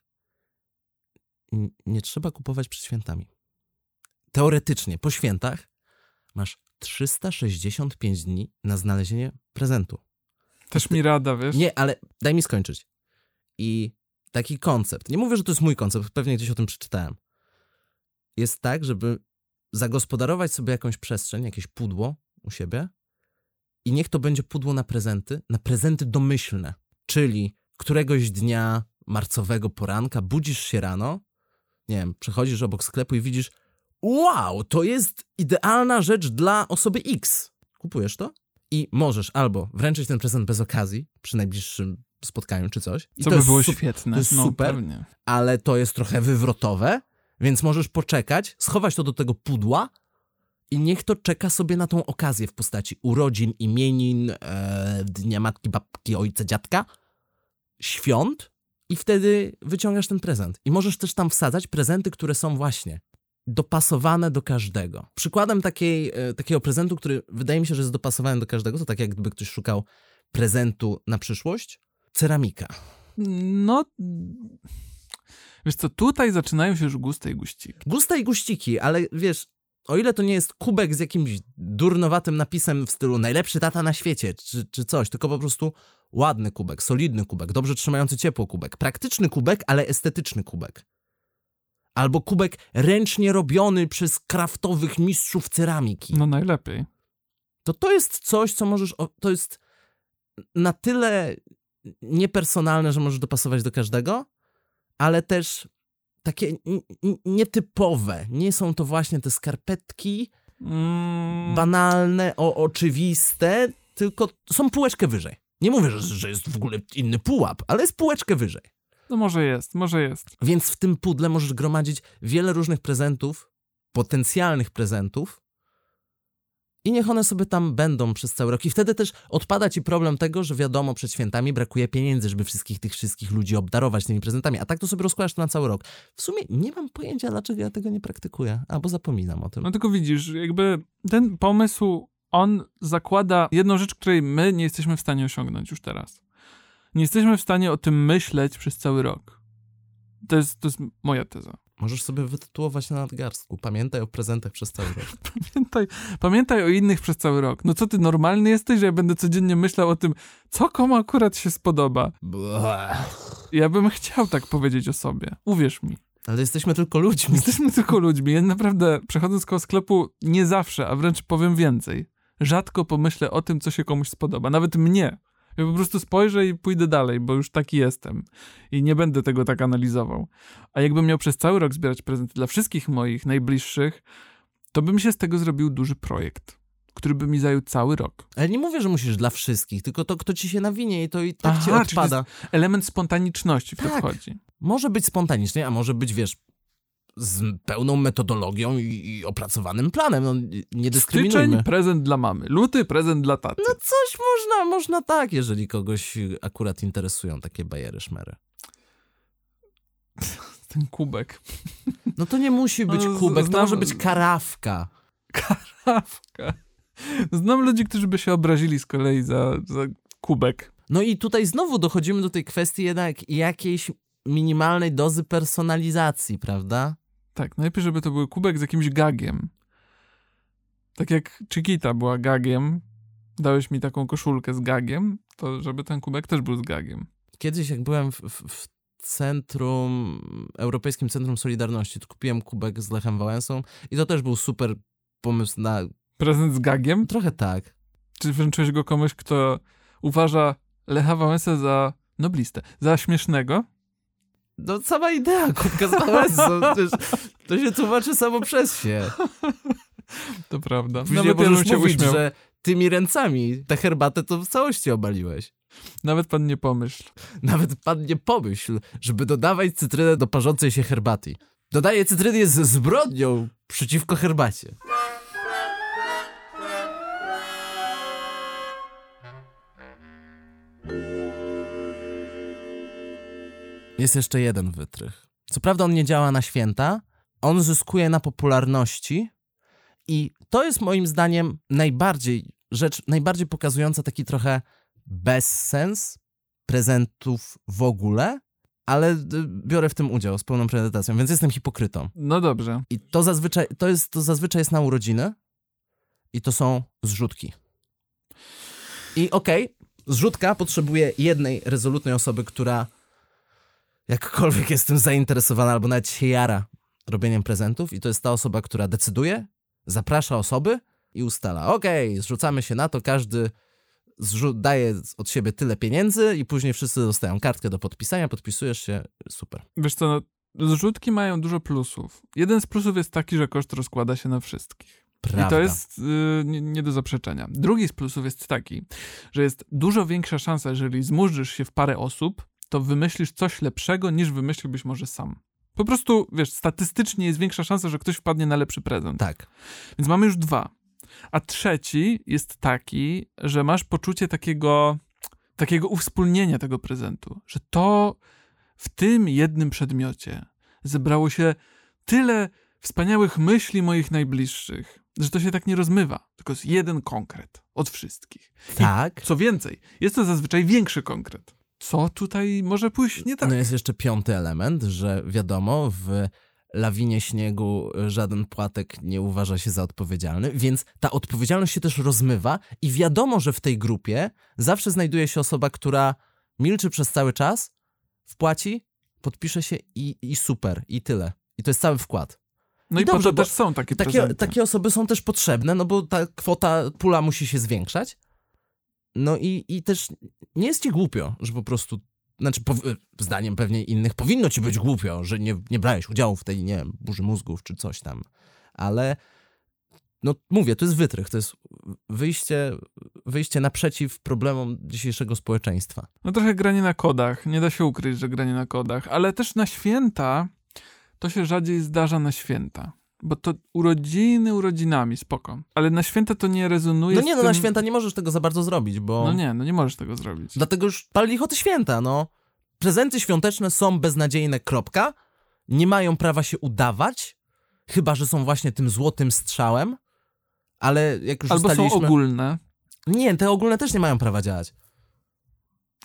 n- nie trzeba kupować przed świętami. Teoretycznie, po świętach masz trzysta sześćdziesiąt pięć dni na znalezienie prezentu. Też mi rada, wiesz? Nie, ale daj mi skończyć. I taki koncept, nie mówię, że to jest mój koncept, pewnie gdzieś o tym przeczytałem, jest tak, żeby zagospodarować sobie jakąś przestrzeń, jakieś pudło u siebie i niech to będzie pudło na prezenty, na prezenty domyślne. Czyli któregoś dnia marcowego poranka budzisz się rano, nie wiem, przechodzisz obok sklepu i widzisz, wow, to jest idealna rzecz dla osoby X. Kupujesz to? I możesz albo wręczyć ten prezent bez okazji przy najbliższym spotkaniu czy coś. I Co to by jest było su- świetne. to jest no, super. Pewnie. ale to jest trochę wywrotowe, więc możesz poczekać, schować to do tego pudła i niech to czeka sobie na tą okazję w postaci urodzin, imienin, e, dnia matki, babki, ojca, dziadka, świąt i wtedy wyciągasz ten prezent. I możesz też tam wsadzać prezenty, które są właśnie dopasowane do każdego. Przykładem takiej, e, takiego prezentu, który wydaje mi się, że jest dopasowany do każdego, to tak jak gdyby ktoś szukał prezentu na przyszłość, ceramika. No, wiesz co, tutaj zaczynają się już guste i guściki. Gusta i guściki, ale wiesz, o ile to nie jest kubek z jakimś durnowatym napisem w stylu najlepszy tata na świecie, czy, czy coś, tylko po prostu ładny kubek, solidny kubek, dobrze trzymający ciepło kubek, praktyczny kubek, ale estetyczny kubek. Albo kubek ręcznie robiony przez kraftowych mistrzów ceramiki. No najlepiej. To to jest coś, co możesz, o- to jest na tyle niepersonalne, że możesz dopasować do każdego, ale też takie n- n- nietypowe. Nie są to właśnie te skarpetki Mm, banalne, o, oczywiste, tylko są półeczkę wyżej. Nie mówię, że, że jest w ogóle inny pułap, ale jest półeczkę wyżej. no może jest, może jest. Więc w tym pudle możesz gromadzić wiele różnych prezentów, potencjalnych prezentów i niech one sobie tam będą przez cały rok. I wtedy też odpada ci problem tego, że wiadomo, przed świętami brakuje pieniędzy, żeby wszystkich tych wszystkich ludzi obdarować tymi prezentami, a tak to sobie rozkładasz to na cały rok. W sumie nie mam pojęcia, dlaczego ja tego nie praktykuję, albo zapominam o tym. No tylko widzisz, jakby ten pomysł, on zakłada jedną rzecz, której my nie jesteśmy w stanie osiągnąć już teraz. Nie jesteśmy w stanie o tym myśleć przez cały rok. To jest, to jest moja teza. Możesz sobie wytytułować na nadgarstku. Pamiętaj o prezentach przez cały rok. Pamiętaj, pamiętaj o innych przez cały rok. No co ty, normalny jesteś, że ja będę codziennie myślał o tym, co komu akurat się spodoba? Blech. Ja bym chciał tak powiedzieć o sobie. Uwierz mi. Ale jesteśmy tylko ludźmi. Jesteśmy tylko ludźmi. Ja naprawdę, przechodząc koło sklepu, nie zawsze, a wręcz powiem więcej. Rzadko pomyślę o tym, co się komuś spodoba. Nawet mnie. Ja po prostu spojrzę i pójdę dalej, bo już taki jestem. I nie będę tego tak analizował. A jakbym miał przez cały rok zbierać prezenty dla wszystkich moich najbliższych, to bym się z tego zrobił duży projekt, który by mi zajął cały rok. Ale nie mówię, że musisz dla wszystkich, tylko to, kto ci się nawinie i to i tak Aha, ci odpada. Czyli to jest element spontaniczności w tak. to wchodzi. Może być spontanicznie, a może być, wiesz, z pełną metodologią i, i opracowanym planem. No, nie dyskryminujmy. Styczeń, prezent dla mamy. Luty, prezent dla taty. No coś można, można tak, jeżeli kogoś akurat interesują takie bajery, szmery. Ten kubek. No to nie musi być no, kubek, znam... to może być karawka. Karawka. Znam ludzi, którzy by się obrazili z kolei za, za kubek. No i tutaj znowu dochodzimy do tej kwestii jednak jakiejś minimalnej dozy personalizacji, prawda? Tak, najlepiej, żeby to był kubek z jakimś gagiem. Tak jak Chiquita była gagiem, dałeś mi taką koszulkę z gagiem, to żeby ten kubek też był z gagiem. Kiedyś jak byłem w, w, w centrum, Europejskim Centrum Solidarności, to kupiłem kubek z Lechem Wałęsą i to też był super pomysł na... Prezent z gagiem? Trochę tak. Czy wręczyłeś go komuś, kto uważa Lecha Wałęsę za noblistę, za śmiesznego? No sama idea kubka z Wałęsą, to się tłumaczy samo przez się. To prawda. Później Nawet możesz ja mówić, uśmiał. że tymi ręcami tę herbatę to w całości obaliłeś. Nawet pan nie pomyśl. Nawet pan nie pomyśl, żeby dodawać cytrynę do parzącej się herbaty. Dodaję cytryny jest zbrodnią przeciwko herbacie. Jest jeszcze jeden wytrych. Co prawda on nie działa na święta, on zyskuje na popularności i to jest moim zdaniem najbardziej rzecz, najbardziej pokazująca taki trochę bezsens prezentów w ogóle, ale biorę w tym udział z pełną premedytacją, więc jestem hipokrytą. No dobrze. I to zazwyczaj, to jest, to zazwyczaj jest na urodziny i to są zrzutki. I okej, okay, zrzutka potrzebuje jednej rezolutnej osoby, która jakkolwiek jest tym zainteresowana albo nawet się jara robieniem prezentów i to jest ta osoba, która decyduje, zaprasza osoby i ustala. Okej, okay, zrzucamy się na to, każdy zrzu- daje od siebie tyle pieniędzy i później wszyscy dostają kartkę do podpisania, podpisujesz się, super. Wiesz co, no, zrzutki mają dużo plusów. Jeden z plusów jest taki, że koszt rozkłada się na wszystkich. Prawda. I to jest yy, nie, nie do zaprzeczenia. Drugi z plusów jest taki, że jest dużo większa szansa, jeżeli zmurzysz się w parę osób, to wymyślisz coś lepszego, niż wymyśliłbyś może sam. Po prostu, wiesz, statystycznie jest większa szansa, że ktoś wpadnie na lepszy prezent. Tak. Więc mamy już dwa. A trzeci jest taki, że masz poczucie takiego, takiego uwspólnienia tego prezentu. Że to w tym jednym przedmiocie zebrało się tyle wspaniałych myśli moich najbliższych, że to się tak nie rozmywa. Tylko jest jeden konkret od wszystkich. Tak. I co więcej, jest to zazwyczaj większy konkret. Co tutaj może pójść nie tak? No jest jeszcze piąty element, że wiadomo, w lawinie śniegu żaden płatek nie uważa się za odpowiedzialny, więc ta odpowiedzialność się też rozmywa i wiadomo, że w tej grupie zawsze znajduje się osoba, która milczy przez cały czas, wpłaci, podpisze się i, i super, i tyle. I to jest cały wkład. No i, i dobrze, po to też są takie takie, prezenty. Takie osoby są też potrzebne, no bo ta kwota, pula musi się zwiększać. No i, i też nie jest ci głupio, że po prostu, znaczy po, zdaniem pewnie innych powinno ci być głupio, że nie, nie brałeś udziału w tej, nie wiem, burzy mózgów czy coś tam, ale no mówię, to jest wytrych, to jest wyjście, wyjście naprzeciw problemom dzisiejszego społeczeństwa. No trochę granie na kodach, nie da się ukryć, że granie na kodach, ale też na święta to się rzadziej zdarza na święta. Bo to urodziny urodzinami, spoko. Ale na święta to nie rezonuje No nie, z no tym... na święta nie możesz tego za bardzo zrobić, bo... No nie, no nie możesz tego zrobić. Dlatego już pal lichoty święta, no. Prezenty świąteczne są beznadziejne, kropka. Nie mają prawa się udawać, chyba że są właśnie tym złotym strzałem, ale jak już Albo ustaliliśmy... są ogólne. Nie, te ogólne też nie mają prawa działać.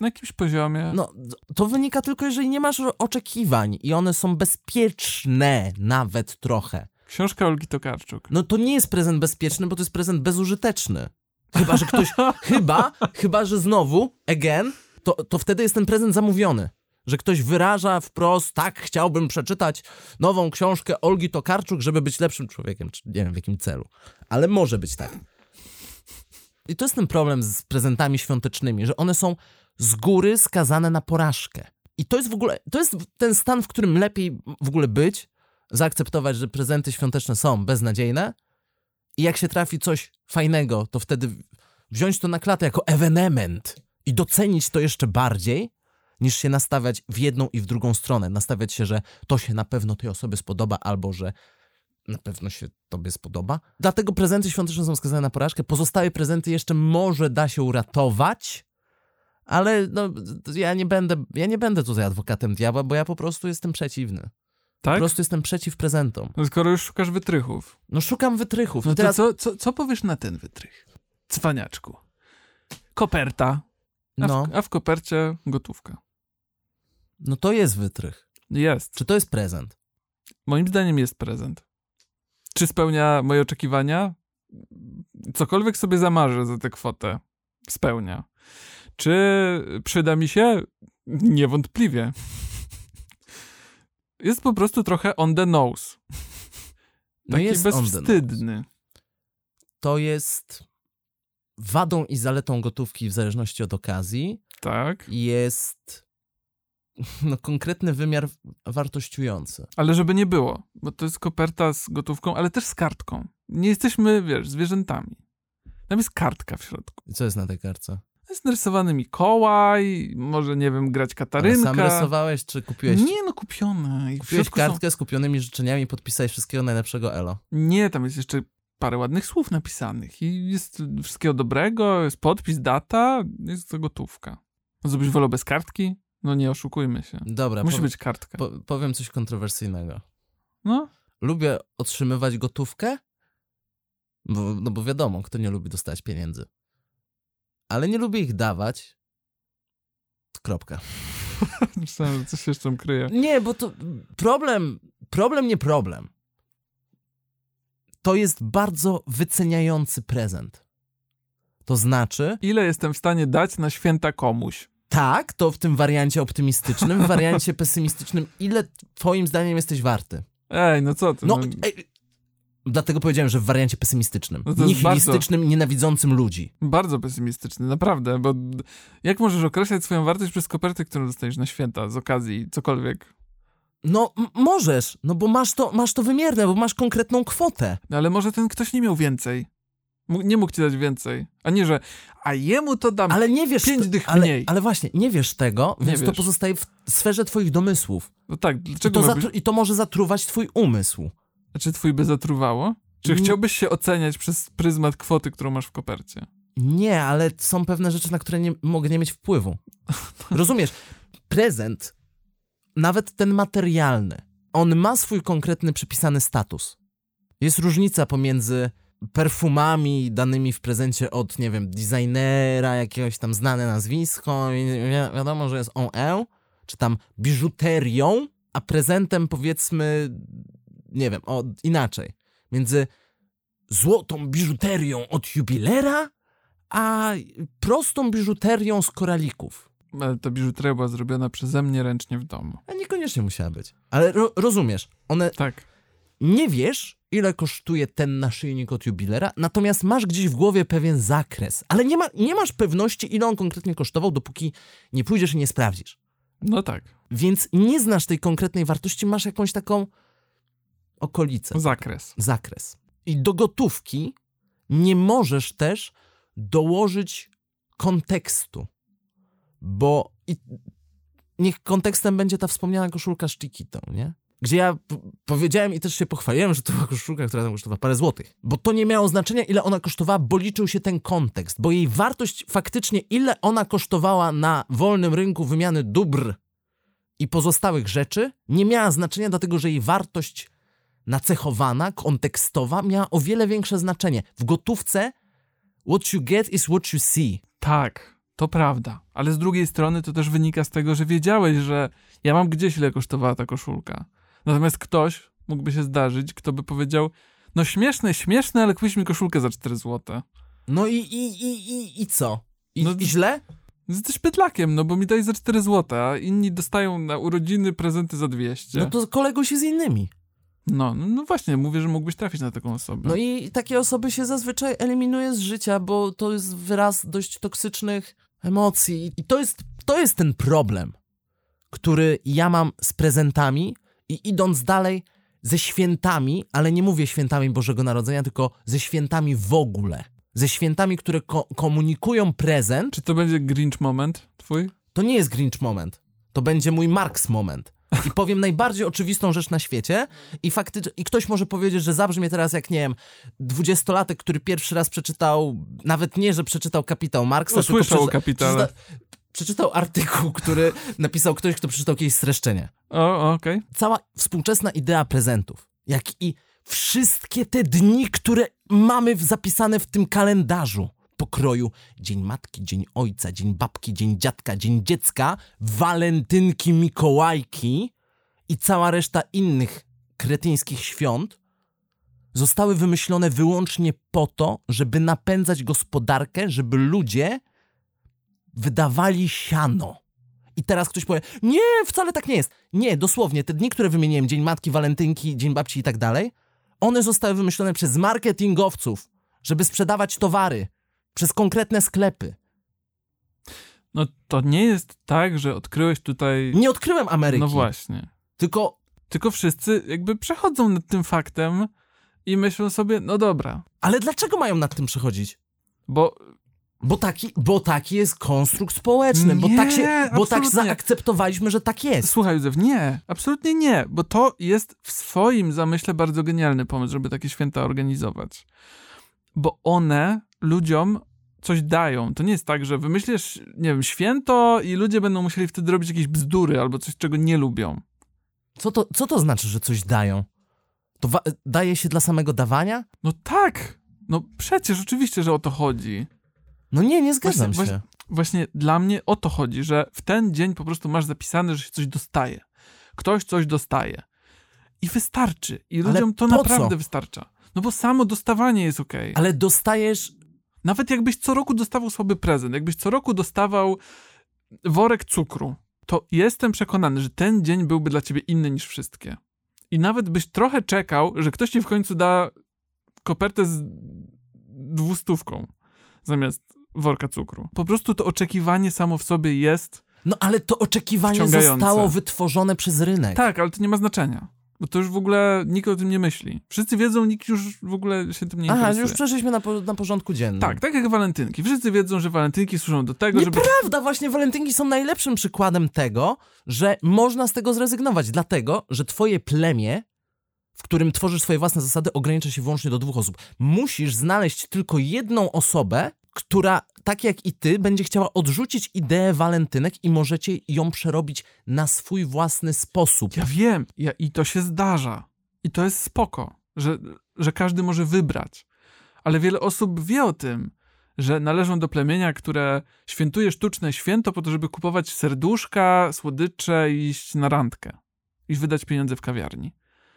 Na jakimś poziomie. No, to wynika tylko, jeżeli nie masz oczekiwań i one są bezpieczne nawet trochę. Książka Olgi Tokarczuk. No to nie jest prezent bezpieczny, bo to jest prezent bezużyteczny. Chyba, że ktoś, chyba, chyba, że znowu, again, to, to wtedy jest ten prezent zamówiony. Że ktoś wyraża wprost, tak, chciałbym przeczytać nową książkę Olgi Tokarczuk, żeby być lepszym człowiekiem, czy nie wiem w jakim celu. Ale może być tak. I to jest ten problem z prezentami świątecznymi, że one są z góry skazane na porażkę. I to jest w ogóle, to jest ten stan, w którym lepiej w ogóle być, zaakceptować, że prezenty świąteczne są beznadziejne i jak się trafi coś fajnego, to wtedy wziąć to na klatę jako ewenement i docenić to jeszcze bardziej, niż się nastawiać w jedną i w drugą stronę. Nastawiać się, że to się na pewno tej osobie spodoba, albo że na pewno się tobie spodoba. Dlatego prezenty świąteczne są skazane na porażkę. Pozostałe prezenty jeszcze może da się uratować, ale no, ja nie będę, ja nie będę tutaj adwokatem diabła, bo ja po prostu jestem przeciwny. Tak? Po prostu jestem przeciw prezentom. No skoro już szukasz wytrychów. No szukam wytrychów. No I teraz... to co, co, co powiesz na ten wytrych? Cwaniaczku. Koperta. A, no. w, a w kopercie gotówka. No to jest wytrych. Jest. Czy to jest prezent? Moim zdaniem jest prezent. Czy spełnia moje oczekiwania? Cokolwiek sobie zamarzę za tę kwotę, spełnia. Czy przyda mi się? Niewątpliwie. Jest po prostu trochę on the nose. No Taki jest bezwstydny. To jest wadą i zaletą gotówki w zależności od okazji. Tak. Jest no, konkretny wymiar wartościujący. Ale żeby nie było, bo to jest koperta z gotówką, ale też z kartką. Nie jesteśmy, wiesz, zwierzętami. Tam jest kartka w środku. I co jest na tej kartce? Jest narysowany Mikołaj, może, nie wiem, grać Katarynka. Ale sam rysowałeś, czy kupiłeś? Nie, no kupione. I kupiłeś kartkę są... z kupionymi życzeniami i podpisałeś wszystkiego najlepszego, elo. Nie, tam jest jeszcze parę ładnych słów napisanych i jest wszystkiego dobrego, jest podpis, data, jest to gotówka. No, co byś wolał bez kartki? No nie oszukujmy się. Dobra. Musi po, być kartka. Po, powiem coś kontrowersyjnego. No? Lubię otrzymywać gotówkę, bo, no bo wiadomo, kto nie lubi dostać pieniędzy. Ale nie lubię ich dawać. Kropka. Myślałem, że coś jeszcze tam kryje. Nie, bo to problem, problem nie problem. To jest bardzo wyceniający prezent. To znaczy... Ile jestem w stanie dać na święta komuś? Tak, to w tym wariancie optymistycznym, w wariancie pesymistycznym, ile twoim zdaniem jesteś warty? Ej, no co ty? No, no... ej, dlatego powiedziałem, że w wariancie pesymistycznym. No nihilistycznym, bardzo, nienawidzącym ludzi. Bardzo pesymistyczny, naprawdę, bo jak możesz określać swoją wartość przez kopertę, którą dostajesz na święta, z okazji, cokolwiek? No, m- możesz, no bo masz to, masz to wymierne, bo masz konkretną kwotę. No ale może ten ktoś nie miał więcej. M- nie mógł ci dać więcej. A nie, że a jemu to dam ale nie wiesz pięć dych ale, mniej. Ale właśnie, nie wiesz tego, nie więc wiesz. to pozostaje w sferze twoich domysłów. No tak, dlaczego I to, być... zatru- I to może zatruwać twój umysł. A czy twój by zatruwało? Czy nie. chciałbyś się oceniać przez pryzmat kwoty, którą masz w kopercie? Nie, ale są pewne rzeczy, na które nie mogę nie mieć wpływu. Rozumiesz? Prezent, nawet ten materialny, on ma swój konkretny przypisany status. Jest różnica pomiędzy perfumami danymi w prezencie od, nie wiem, designera, jakiegoś tam znane nazwisko, i wi- wiadomo, że jest on e, czy tam biżuterią, a prezentem, powiedzmy, nie wiem, o, inaczej. Między złotą biżuterią od jubilera, a prostą biżuterią z koralików. Ale ta biżuteria była zrobiona przeze mnie ręcznie w domu. A niekoniecznie musiała być. Ale ro- rozumiesz, one... Tak. Nie wiesz, ile kosztuje ten naszyjnik od jubilera, natomiast masz gdzieś w głowie pewien zakres. Ale nie, ma, nie masz pewności, ile on konkretnie kosztował, dopóki nie pójdziesz i nie sprawdzisz. No tak. Więc nie znasz tej konkretnej wartości, masz jakąś taką okolicę. Zakres. Zakres. I do gotówki nie możesz też dołożyć kontekstu. Bo i, niech kontekstem będzie ta wspomniana koszulka z Chiquitą, nie? Gdzie ja p- powiedziałem i też się pochwaliłem, że to była koszulka, która tam kosztowała parę złotych. Bo to nie miało znaczenia, ile ona kosztowała, bo liczył się ten kontekst. Bo jej wartość faktycznie, ile ona kosztowała na wolnym rynku wymiany dóbr i pozostałych rzeczy, nie miała znaczenia, dlatego że jej wartość nacechowana, kontekstowa miała o wiele większe znaczenie. W gotówce what you get is what you see. Tak. To prawda, ale z drugiej strony to też wynika z tego, że wiedziałeś, że ja mam gdzieś, ile kosztowała ta koszulka. Natomiast ktoś mógłby się zdarzyć, kto by powiedział, no śmieszne, śmieszne, ale kupisz mi koszulkę za cztery złote. No i, i, i, i, i co? I, No, i źle? Jesteś bydlakiem, no bo mi daj za cztery złote, a inni dostają na urodziny prezenty za dwieście. No to kolego się z innymi. No, no, no właśnie, mówię, że mógłbyś trafić na taką osobę. No i takie osoby się zazwyczaj eliminuje z życia, bo to jest wyraz dość toksycznych emocji. I to jest, to jest ten problem, który ja mam z prezentami i idąc dalej ze świętami, ale nie mówię świętami Bożego Narodzenia, tylko ze świętami w ogóle. Ze świętami, które ko- komunikują prezent. Czy to będzie Grinch moment twój? To nie jest Grinch moment. To będzie mój Marx moment. I powiem najbardziej oczywistą rzecz na świecie i faktycznie, i ktoś może powiedzieć, że zabrzmie teraz jak, nie wiem, dwudziestolatek, który pierwszy raz przeczytał, nawet nie, że przeczytał Kapitał Marksa, Usłyszał tylko o Kapitale. Przeczyta, przeczytał artykuł, który napisał ktoś, kto przeczytał kiedyś Streszczenie. O, okej. Okay. Cała współczesna idea prezentów, jak i wszystkie te dni, które mamy zapisane w tym kalendarzu pokroju Dzień Matki, Dzień Ojca, Dzień Babki, Dzień Dziadka, Dzień Dziecka, walentynki, Mikołajki i cała reszta innych kretyńskich świąt zostały wymyślone wyłącznie po to, żeby napędzać gospodarkę, żeby ludzie wydawali siano. I teraz ktoś powie, nie, wcale tak nie jest. Nie, dosłownie, te dni, które wymieniłem, Dzień Matki, Walentynki, Dzień Babci i tak dalej, one zostały wymyślone przez marketingowców, żeby sprzedawać towary, przez konkretne sklepy. No to nie jest tak, że odkryłeś tutaj... Nie odkryłem Ameryki. No właśnie. Tylko... Tylko wszyscy jakby przechodzą nad tym faktem i myślą sobie, no dobra. Ale dlaczego mają nad tym przechodzić? Bo... Bo taki, bo taki jest konstrukt społeczny, nie, bo, tak się, bo tak absolutnie. zaakceptowaliśmy, że tak jest. Słuchaj, Józef, nie, absolutnie nie, bo to jest w swoim zamyśle bardzo genialny pomysł, żeby takie święta organizować. Bo one ludziom coś dają. To nie jest tak, że wymyślisz, nie wiem, święto i ludzie będą musieli wtedy robić jakieś bzdury albo coś, czego nie lubią. Co to, co to znaczy, że coś dają? To wa- daje się dla samego dawania? No tak, no przecież oczywiście, że o to chodzi. No nie, nie zgadzam właśnie, się. Właśnie, właśnie dla mnie o to chodzi, że w ten dzień po prostu masz zapisane, że się coś dostaje. Ktoś coś dostaje. I wystarczy. I Ale ludziom to po naprawdę co? wystarcza. No bo samo dostawanie jest okej. Okay. Ale dostajesz... Nawet jakbyś co roku dostawał sobie prezent, jakbyś co roku dostawał worek cukru, to jestem przekonany, że ten dzień byłby dla ciebie inny niż wszystkie. I nawet byś trochę czekał, że ktoś ci w końcu da kopertę z dwustówką zamiast worka cukru. Po prostu to oczekiwanie samo w sobie jest No ale to oczekiwanie zostało wytworzone przez rynek. Tak, ale to nie ma znaczenia. Bo to już w ogóle nikt o tym nie myśli. Wszyscy wiedzą, nikt już w ogóle się tym nie Aha, interesuje. już przeszliśmy na, po, na porządku dziennym. Tak, tak jak walentynki. Wszyscy wiedzą, że walentynki służą do tego, żeby... Nieprawda, właśnie walentynki są najlepszym przykładem tego, że można z tego zrezygnować, dlatego, że twoje plemię, w którym tworzysz swoje własne zasady, ogranicza się wyłącznie do dwóch osób. Musisz znaleźć tylko jedną osobę, która, tak jak i ty, będzie chciała odrzucić ideę walentynek i możecie ją przerobić na swój własny sposób. Ja wiem, ja, i to się zdarza. I to jest spoko, że, że każdy może wybrać. Ale wiele osób wie o tym, że należą do plemienia, które świętuje sztuczne święto po to, żeby kupować serduszka, słodycze i iść na randkę. I wydać pieniądze w kawiarni.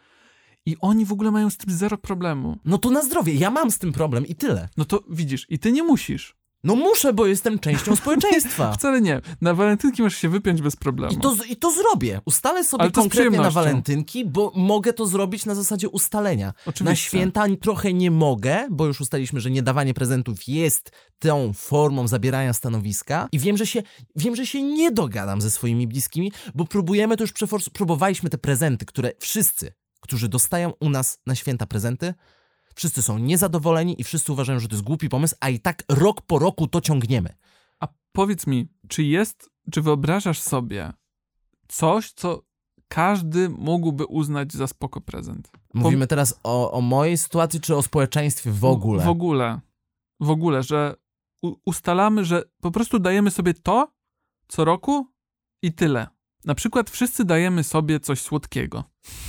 I oni w ogóle mają z tym zero problemu. No to na zdrowie, ja mam z tym problem i tyle. No to widzisz, i ty nie musisz. No muszę, bo jestem częścią społeczeństwa. Wcale nie. Na walentynki możesz się wypiąć bez problemu. I to, i to zrobię. Ustalę sobie konkretnie na walentynki, bo mogę to zrobić na zasadzie ustalenia. Oczywiście. Na święta trochę nie mogę, bo już ustaliliśmy, że niedawanie prezentów jest tą formą zabierania stanowiska. I wiem, że się, wiem, że się nie dogadam ze swoimi bliskimi, bo próbujemy to już przeforsować. Próbowaliśmy te prezenty, które wszyscy, którzy dostają u nas na święta prezenty, wszyscy są niezadowoleni i wszyscy uważają, że to jest głupi pomysł, a i tak rok po roku to ciągniemy. A powiedz mi, czy jest, czy wyobrażasz sobie coś, co każdy mógłby uznać za spoko prezent? Mówimy teraz o, o mojej sytuacji, czy o społeczeństwie w ogóle? W ogóle. W ogóle, że u- ustalamy, że po prostu dajemy sobie to co roku i tyle. Na przykład wszyscy dajemy sobie coś słodkiego.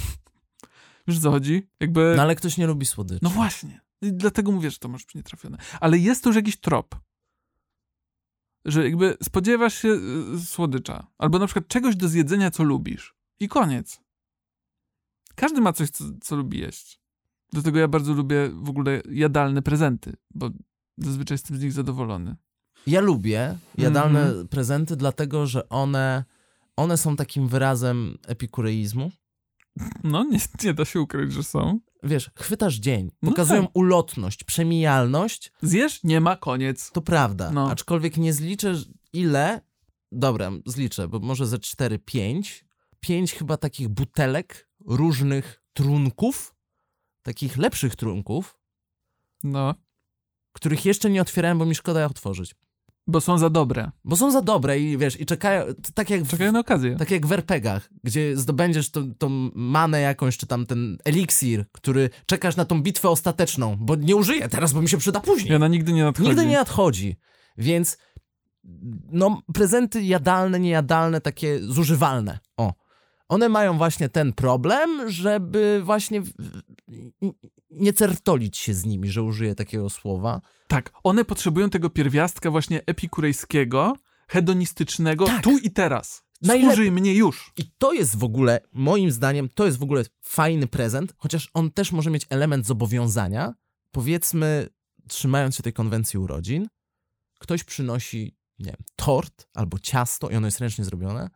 Wiesz, co chodzi? Jakby... No ale ktoś nie lubi słodyczy. No właśnie. I dlatego mówię, że to może być nietrafione. Ale jest to już jakiś trop. że jakby spodziewasz się y, słodycza, albo na przykład czegoś do zjedzenia, co lubisz. I koniec. Każdy ma coś, co, co lubi jeść. Do tego ja bardzo lubię w ogóle jadalne prezenty, bo zazwyczaj jestem z nich zadowolony. Ja lubię jadalne Mm-hmm. prezenty, dlatego, że one, one są takim wyrazem epikureizmu. No, nie, nie da się ukryć, że są. Wiesz, chwytasz dzień, No pokazują tak. ulotność, przemijalność. Zjesz, nie ma, koniec. To prawda, No. aczkolwiek nie zliczę ile, dobra, zliczę, bo może ze cztery, pięć, pięć chyba takich butelek różnych trunków, takich lepszych trunków, No, których jeszcze nie otwierałem, bo mi szkoda je otworzyć. bo są za dobre. Bo są za dobre i wiesz, i czekają, tak jak w, Czekają na okazję. tak jak w er pe gach, gdzie zdobędziesz tą, tą manę jakąś, czy tam ten eliksir, który czekasz na tą bitwę ostateczną, bo nie użyję teraz, bo mi się przyda później. I ona nigdy nie nadchodzi. Nigdy nie nadchodzi, więc no prezenty jadalne, niejadalne, takie zużywalne, o. One mają właśnie ten problem, żeby właśnie w- nie certolić się z nimi, że użyję takiego słowa. Tak, one potrzebują tego pierwiastka właśnie epikurejskiego, hedonistycznego, Tak. tu i teraz. Najlep- Służyj mnie już. I to jest w ogóle, moim zdaniem, to jest w ogóle fajny prezent, chociaż on też może mieć element zobowiązania. Powiedzmy, trzymając się tej konwencji urodzin, ktoś przynosi, nie wiem, tort albo ciasto i ono jest ręcznie zrobione.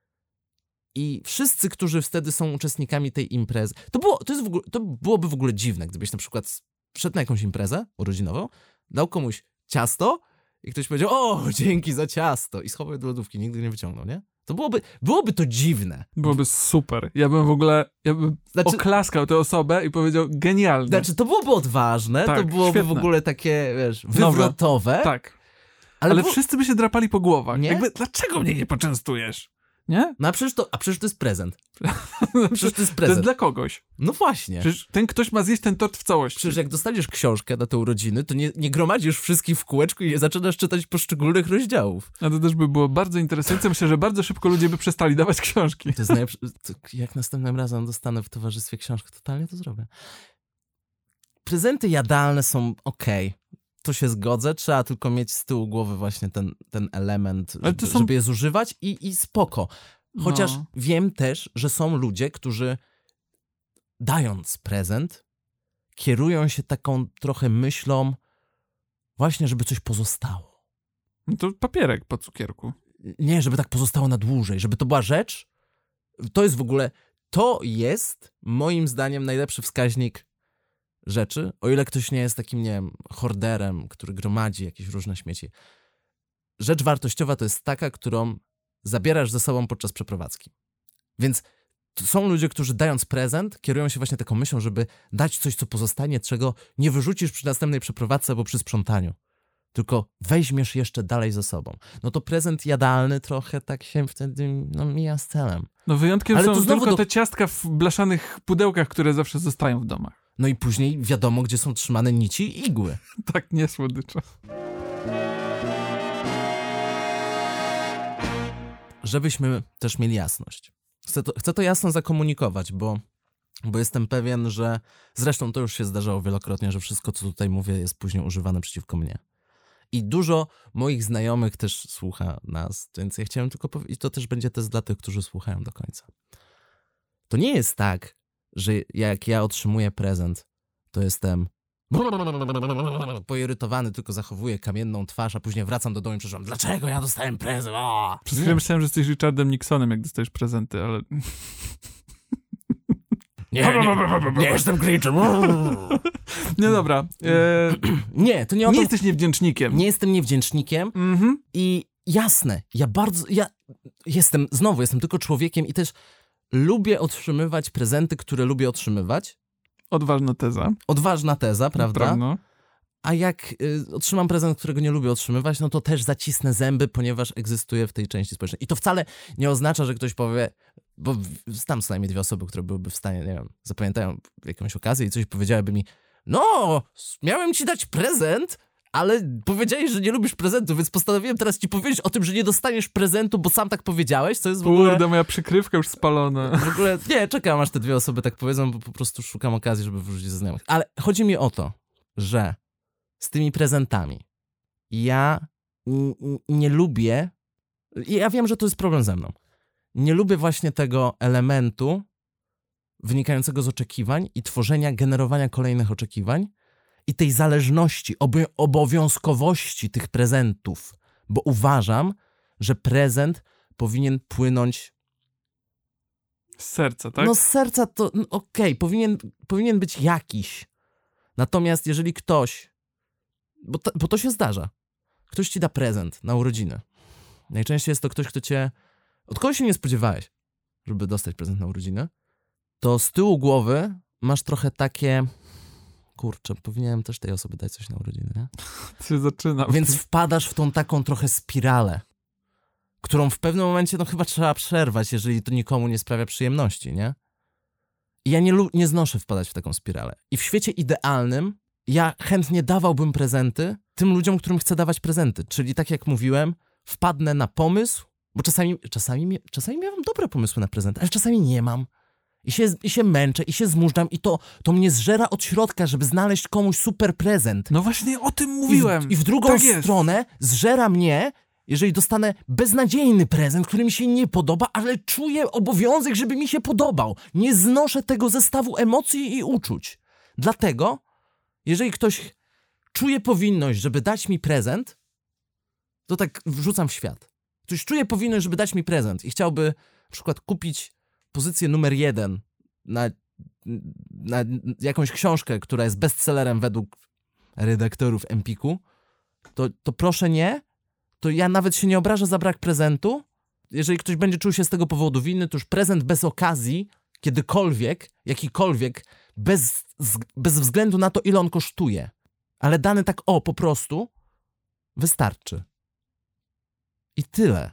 I wszyscy, którzy wtedy są uczestnikami tej imprezy, to, było, to, jest w ogóle, to byłoby w ogóle dziwne, gdybyś na przykład wszedł na jakąś imprezę urodzinową, dał komuś ciasto i ktoś powiedział, o, dzięki za ciasto i schował je do lodówki, nigdy nie wyciągnął, nie? To byłoby, byłoby to dziwne. Byłoby super. Ja bym w ogóle, ja bym Znaczy- oklaskał tę osobę i powiedział, genialne. Znaczy, to byłoby odważne, Tak, to byłoby świetne. w ogóle takie, wiesz, Nowe. wywrotowe. Tak, ale, ale było- wszyscy by się drapali po głowach. Nie? Jakby, dlaczego mnie nie poczęstujesz? Nie? No a przecież to, a przecież to jest prezent. Przecież to jest To prezent. jest dla kogoś. No właśnie. Przecież ten ktoś ma zjeść ten tort w całości. Przecież jak dostaniesz książkę na te urodziny, to nie, nie gromadzisz wszystkich w kółeczku i nie zaczynasz czytać poszczególnych rozdziałów. A to też by było bardzo interesujące. Myślę, że bardzo szybko ludzie by przestali dawać książki. To jest najlepsze. To jak następnym razem dostanę w towarzystwie książkę, totalnie to zrobię. Prezenty jadalne są okej. To się zgodzę, trzeba tylko mieć z tyłu głowy właśnie ten, ten element, Ale to żeby, są- żeby je zużywać i, i spoko. Chociaż No. wiem też, że są ludzie, którzy dając prezent, kierują się taką trochę myślą właśnie, żeby coś pozostało. No to papierek po cukierku. Nie, żeby tak pozostało na dłużej, żeby to była rzecz. To jest w ogóle, to jest moim zdaniem najlepszy wskaźnik rzeczy, o ile ktoś nie jest takim, nie wiem, horderem, który gromadzi jakieś różne śmieci. Rzecz wartościowa to jest taka, którą zabierasz ze sobą podczas przeprowadzki. Więc to są ludzie, którzy dając prezent, kierują się właśnie taką myślą, żeby dać coś, co pozostanie, czego nie wyrzucisz przy następnej przeprowadzce albo przy sprzątaniu. Tylko weźmiesz jeszcze dalej ze sobą. No to prezent jadalny trochę tak się wtedy no, mija z celem. No wyjątkiem Ale są to znowu tylko do- te ciastka w blaszanych pudełkach, które zawsze zostają w domach. No i później wiadomo, gdzie są trzymane nici i igły. Tak, nie słodycze. Żebyśmy też mieli jasność. Chcę to, chcę to jasno zakomunikować, bo, bo jestem pewien, że zresztą to już się zdarzało wielokrotnie, że wszystko, co tutaj mówię, jest później używane przeciwko mnie. I dużo moich znajomych też słucha nas, więc ja chciałem tylko powiedzieć, to też będzie test dla tych, którzy słuchają do końca. To nie jest tak, że jak ja otrzymuję prezent, to jestem poirytowany, tylko zachowuję kamienną twarz, a później wracam do domu i przepraszam, dlaczego ja dostałem prezent? O! Przez chwilę myślałem, że jesteś Richardem Nixonem, jak dostajesz prezenty, ale... Nie, nie, nie jestem Grinczem. Nie, dobra. E, Nie, to nie o nie to... jesteś niewdzięcznikiem. Nie jestem niewdzięcznikiem Mhm. i jasne, ja bardzo... Ja jestem, znowu, jestem tylko człowiekiem i też lubię otrzymywać prezenty, które lubię otrzymywać. Odważna teza. Odważna teza, prawda? Prawda. A jak y, otrzymam prezent, którego nie lubię otrzymywać, no to też zacisnę zęby, ponieważ egzystuję w tej części społecznej. I to wcale nie oznacza, że ktoś powie, bo w- znam co najmniej dwie osoby, które byłyby w stanie, nie wiem, zapamiętają jakąś okazję i coś powiedziałyby mi, no, miałem ci dać prezent, ale powiedziałeś, że nie lubisz prezentu, więc postanowiłem teraz ci powiedzieć o tym, że nie dostaniesz prezentu, bo sam tak powiedziałeś, co jest w ogóle... Kurde, moja przykrywka już spalona. W ogóle, nie, czekam aż te dwie osoby tak powiedzą, bo po prostu szukam okazji, żeby wrócić ze znajomych. Ale chodzi mi o to, że z tymi prezentami ja n- n- nie lubię, i ja wiem, że to jest problem ze mną, nie lubię właśnie tego elementu wynikającego z oczekiwań i tworzenia, generowania kolejnych oczekiwań i tej zależności, obo- obowiązkowości tych prezentów, bo uważam, że prezent powinien płynąć z serca, tak? No z serca to, no, okej, okay, powinien, powinien być jakiś. Natomiast jeżeli ktoś, bo to, bo to się zdarza, ktoś ci da prezent na urodziny. Najczęściej jest to ktoś, kto cię, od kogoś się nie spodziewałeś, żeby dostać prezent na urodziny, to z tyłu głowy masz trochę takie, kurczę, powinienem też tej osobie dać coś na urodziny, nie? To się zaczyna. Więc wpadasz w tą taką trochę spiralę, którą w pewnym momencie no chyba trzeba przerwać, jeżeli to nikomu nie sprawia przyjemności, nie? I ja nie, lu- nie znoszę wpadać w taką spiralę. I w świecie idealnym ja chętnie dawałbym prezenty tym ludziom, którym chcę dawać prezenty. Czyli tak jak mówiłem, wpadnę na pomysł, bo czasami, czasami, czasami miałem dobre pomysły na prezenty, ale czasami nie mam. I się, i się męczę, i się zmużdżam, i to, to mnie zżera od środka, żeby znaleźć komuś super prezent. No właśnie o tym mówiłem. I w, i w drugą tak stronę zżera mnie, jeżeli dostanę beznadziejny prezent, który mi się nie podoba, ale czuję obowiązek, żeby mi się podobał. Nie znoszę tego zestawu emocji i uczuć. Dlatego, jeżeli ktoś czuje powinność, żeby dać mi prezent, to tak wrzucam w świat. Ktoś czuje powinność, żeby dać mi prezent i chciałby na przykład kupić pozycję numer jeden na, na jakąś książkę, która jest bestsellerem według redaktorów Empiku, to, to proszę nie, to ja nawet się nie obrażę za brak prezentu. Jeżeli ktoś będzie czuł się z tego powodu winny, to już prezent bez okazji, kiedykolwiek, jakikolwiek, bez, bez względu na to, ile on kosztuje. Ale dany tak o, po prostu, wystarczy. I tyle.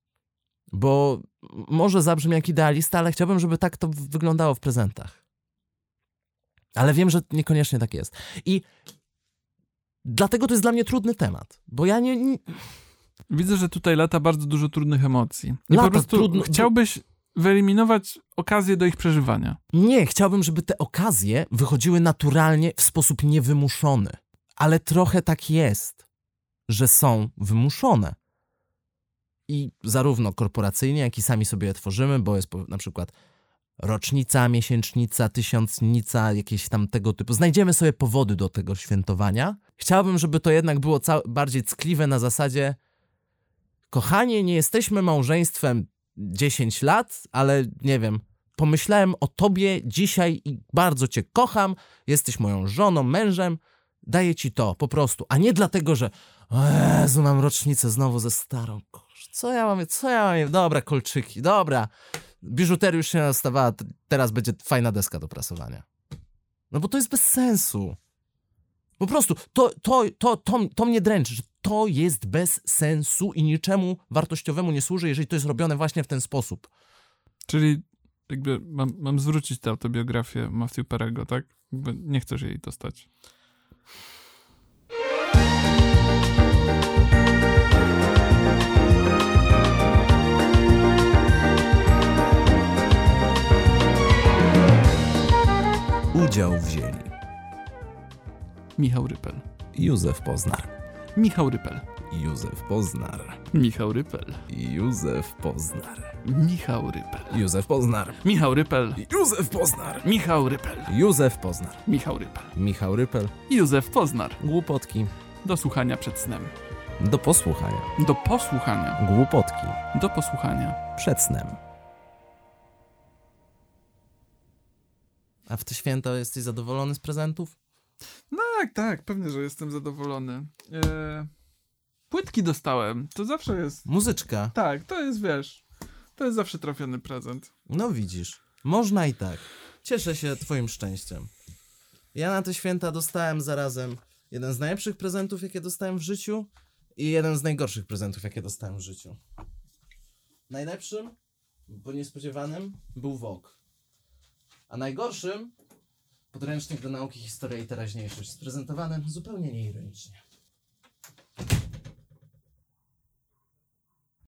Bo może zabrzmi jak idealista, ale chciałbym, żeby tak to wyglądało w prezentach. Ale wiem, że niekoniecznie tak jest. I dlatego to jest dla mnie trudny temat. Bo ja nie... nie... Widzę, że tutaj lata bardzo dużo trudnych emocji. I Lata po prostu trudno... chciałbyś wyeliminować okazję do ich przeżywania. Nie, chciałbym, żeby te okazje wychodziły naturalnie w sposób niewymuszony. Ale trochę tak jest, że są wymuszone. I zarówno korporacyjnie, jak i sami sobie je tworzymy, bo jest na przykład rocznica, miesięcznica, tysiącnica, jakieś tam tego typu. Znajdziemy sobie powody do tego świętowania. Chciałbym, żeby to jednak było ca- bardziej ckliwe na zasadzie kochanie, nie jesteśmy małżeństwem dziesięć lat, ale nie wiem, pomyślałem o tobie dzisiaj i bardzo cię kocham, jesteś moją żoną, mężem, daję ci to po prostu, a nie dlatego, że o Jezu, mam rocznicę znowu ze starą. Co ja mam, co ja mam, dobra, kolczyki, dobra, biżuteria już się nastawała, teraz będzie fajna deska do prasowania. No bo to jest bez sensu. Po prostu, to, to, to, to, to mnie dręczy, że to jest bez sensu i niczemu wartościowemu nie służy, jeżeli to jest robione właśnie w ten sposób. Czyli jakby mam, mam zwrócić tę autobiografię Matthew Perego, tak? Jakby nie chcesz jej dostać. Udział wzięli Michał Rypel. Józef Poznar. Michał Rypel. Józef Poznar. Michał Rypel. Józef Poznar. Michał Rypel. Józef Poznar. Michał Rypel. Józef Poznar. Michał Rypel. Józef Poznar. Michał Rypel. Michał Rypel. Józef Poznar. Głupotki. Do słuchania przed snem. Do posłuchania. Do posłuchania. Głupotki. Do posłuchania. Przed snem. A w te święta jesteś zadowolony z prezentów? Tak, tak, pewnie, że jestem zadowolony. Eee, płytki dostałem, to zawsze jest... Muzyczka. Tak, to jest, wiesz, to jest zawsze trafiony prezent. No widzisz, można i tak. Cieszę się twoim szczęściem. Ja na te święta dostałem zarazem jeden z najlepszych prezentów, jakie dostałem w życiu i jeden z najgorszych prezentów, jakie dostałem w życiu. Najlepszym, bo niespodziewanym, był Vogue. A najgorszym podręcznik do nauki historii i teraźniejszość, sprezentowany zupełnie nieironicznie.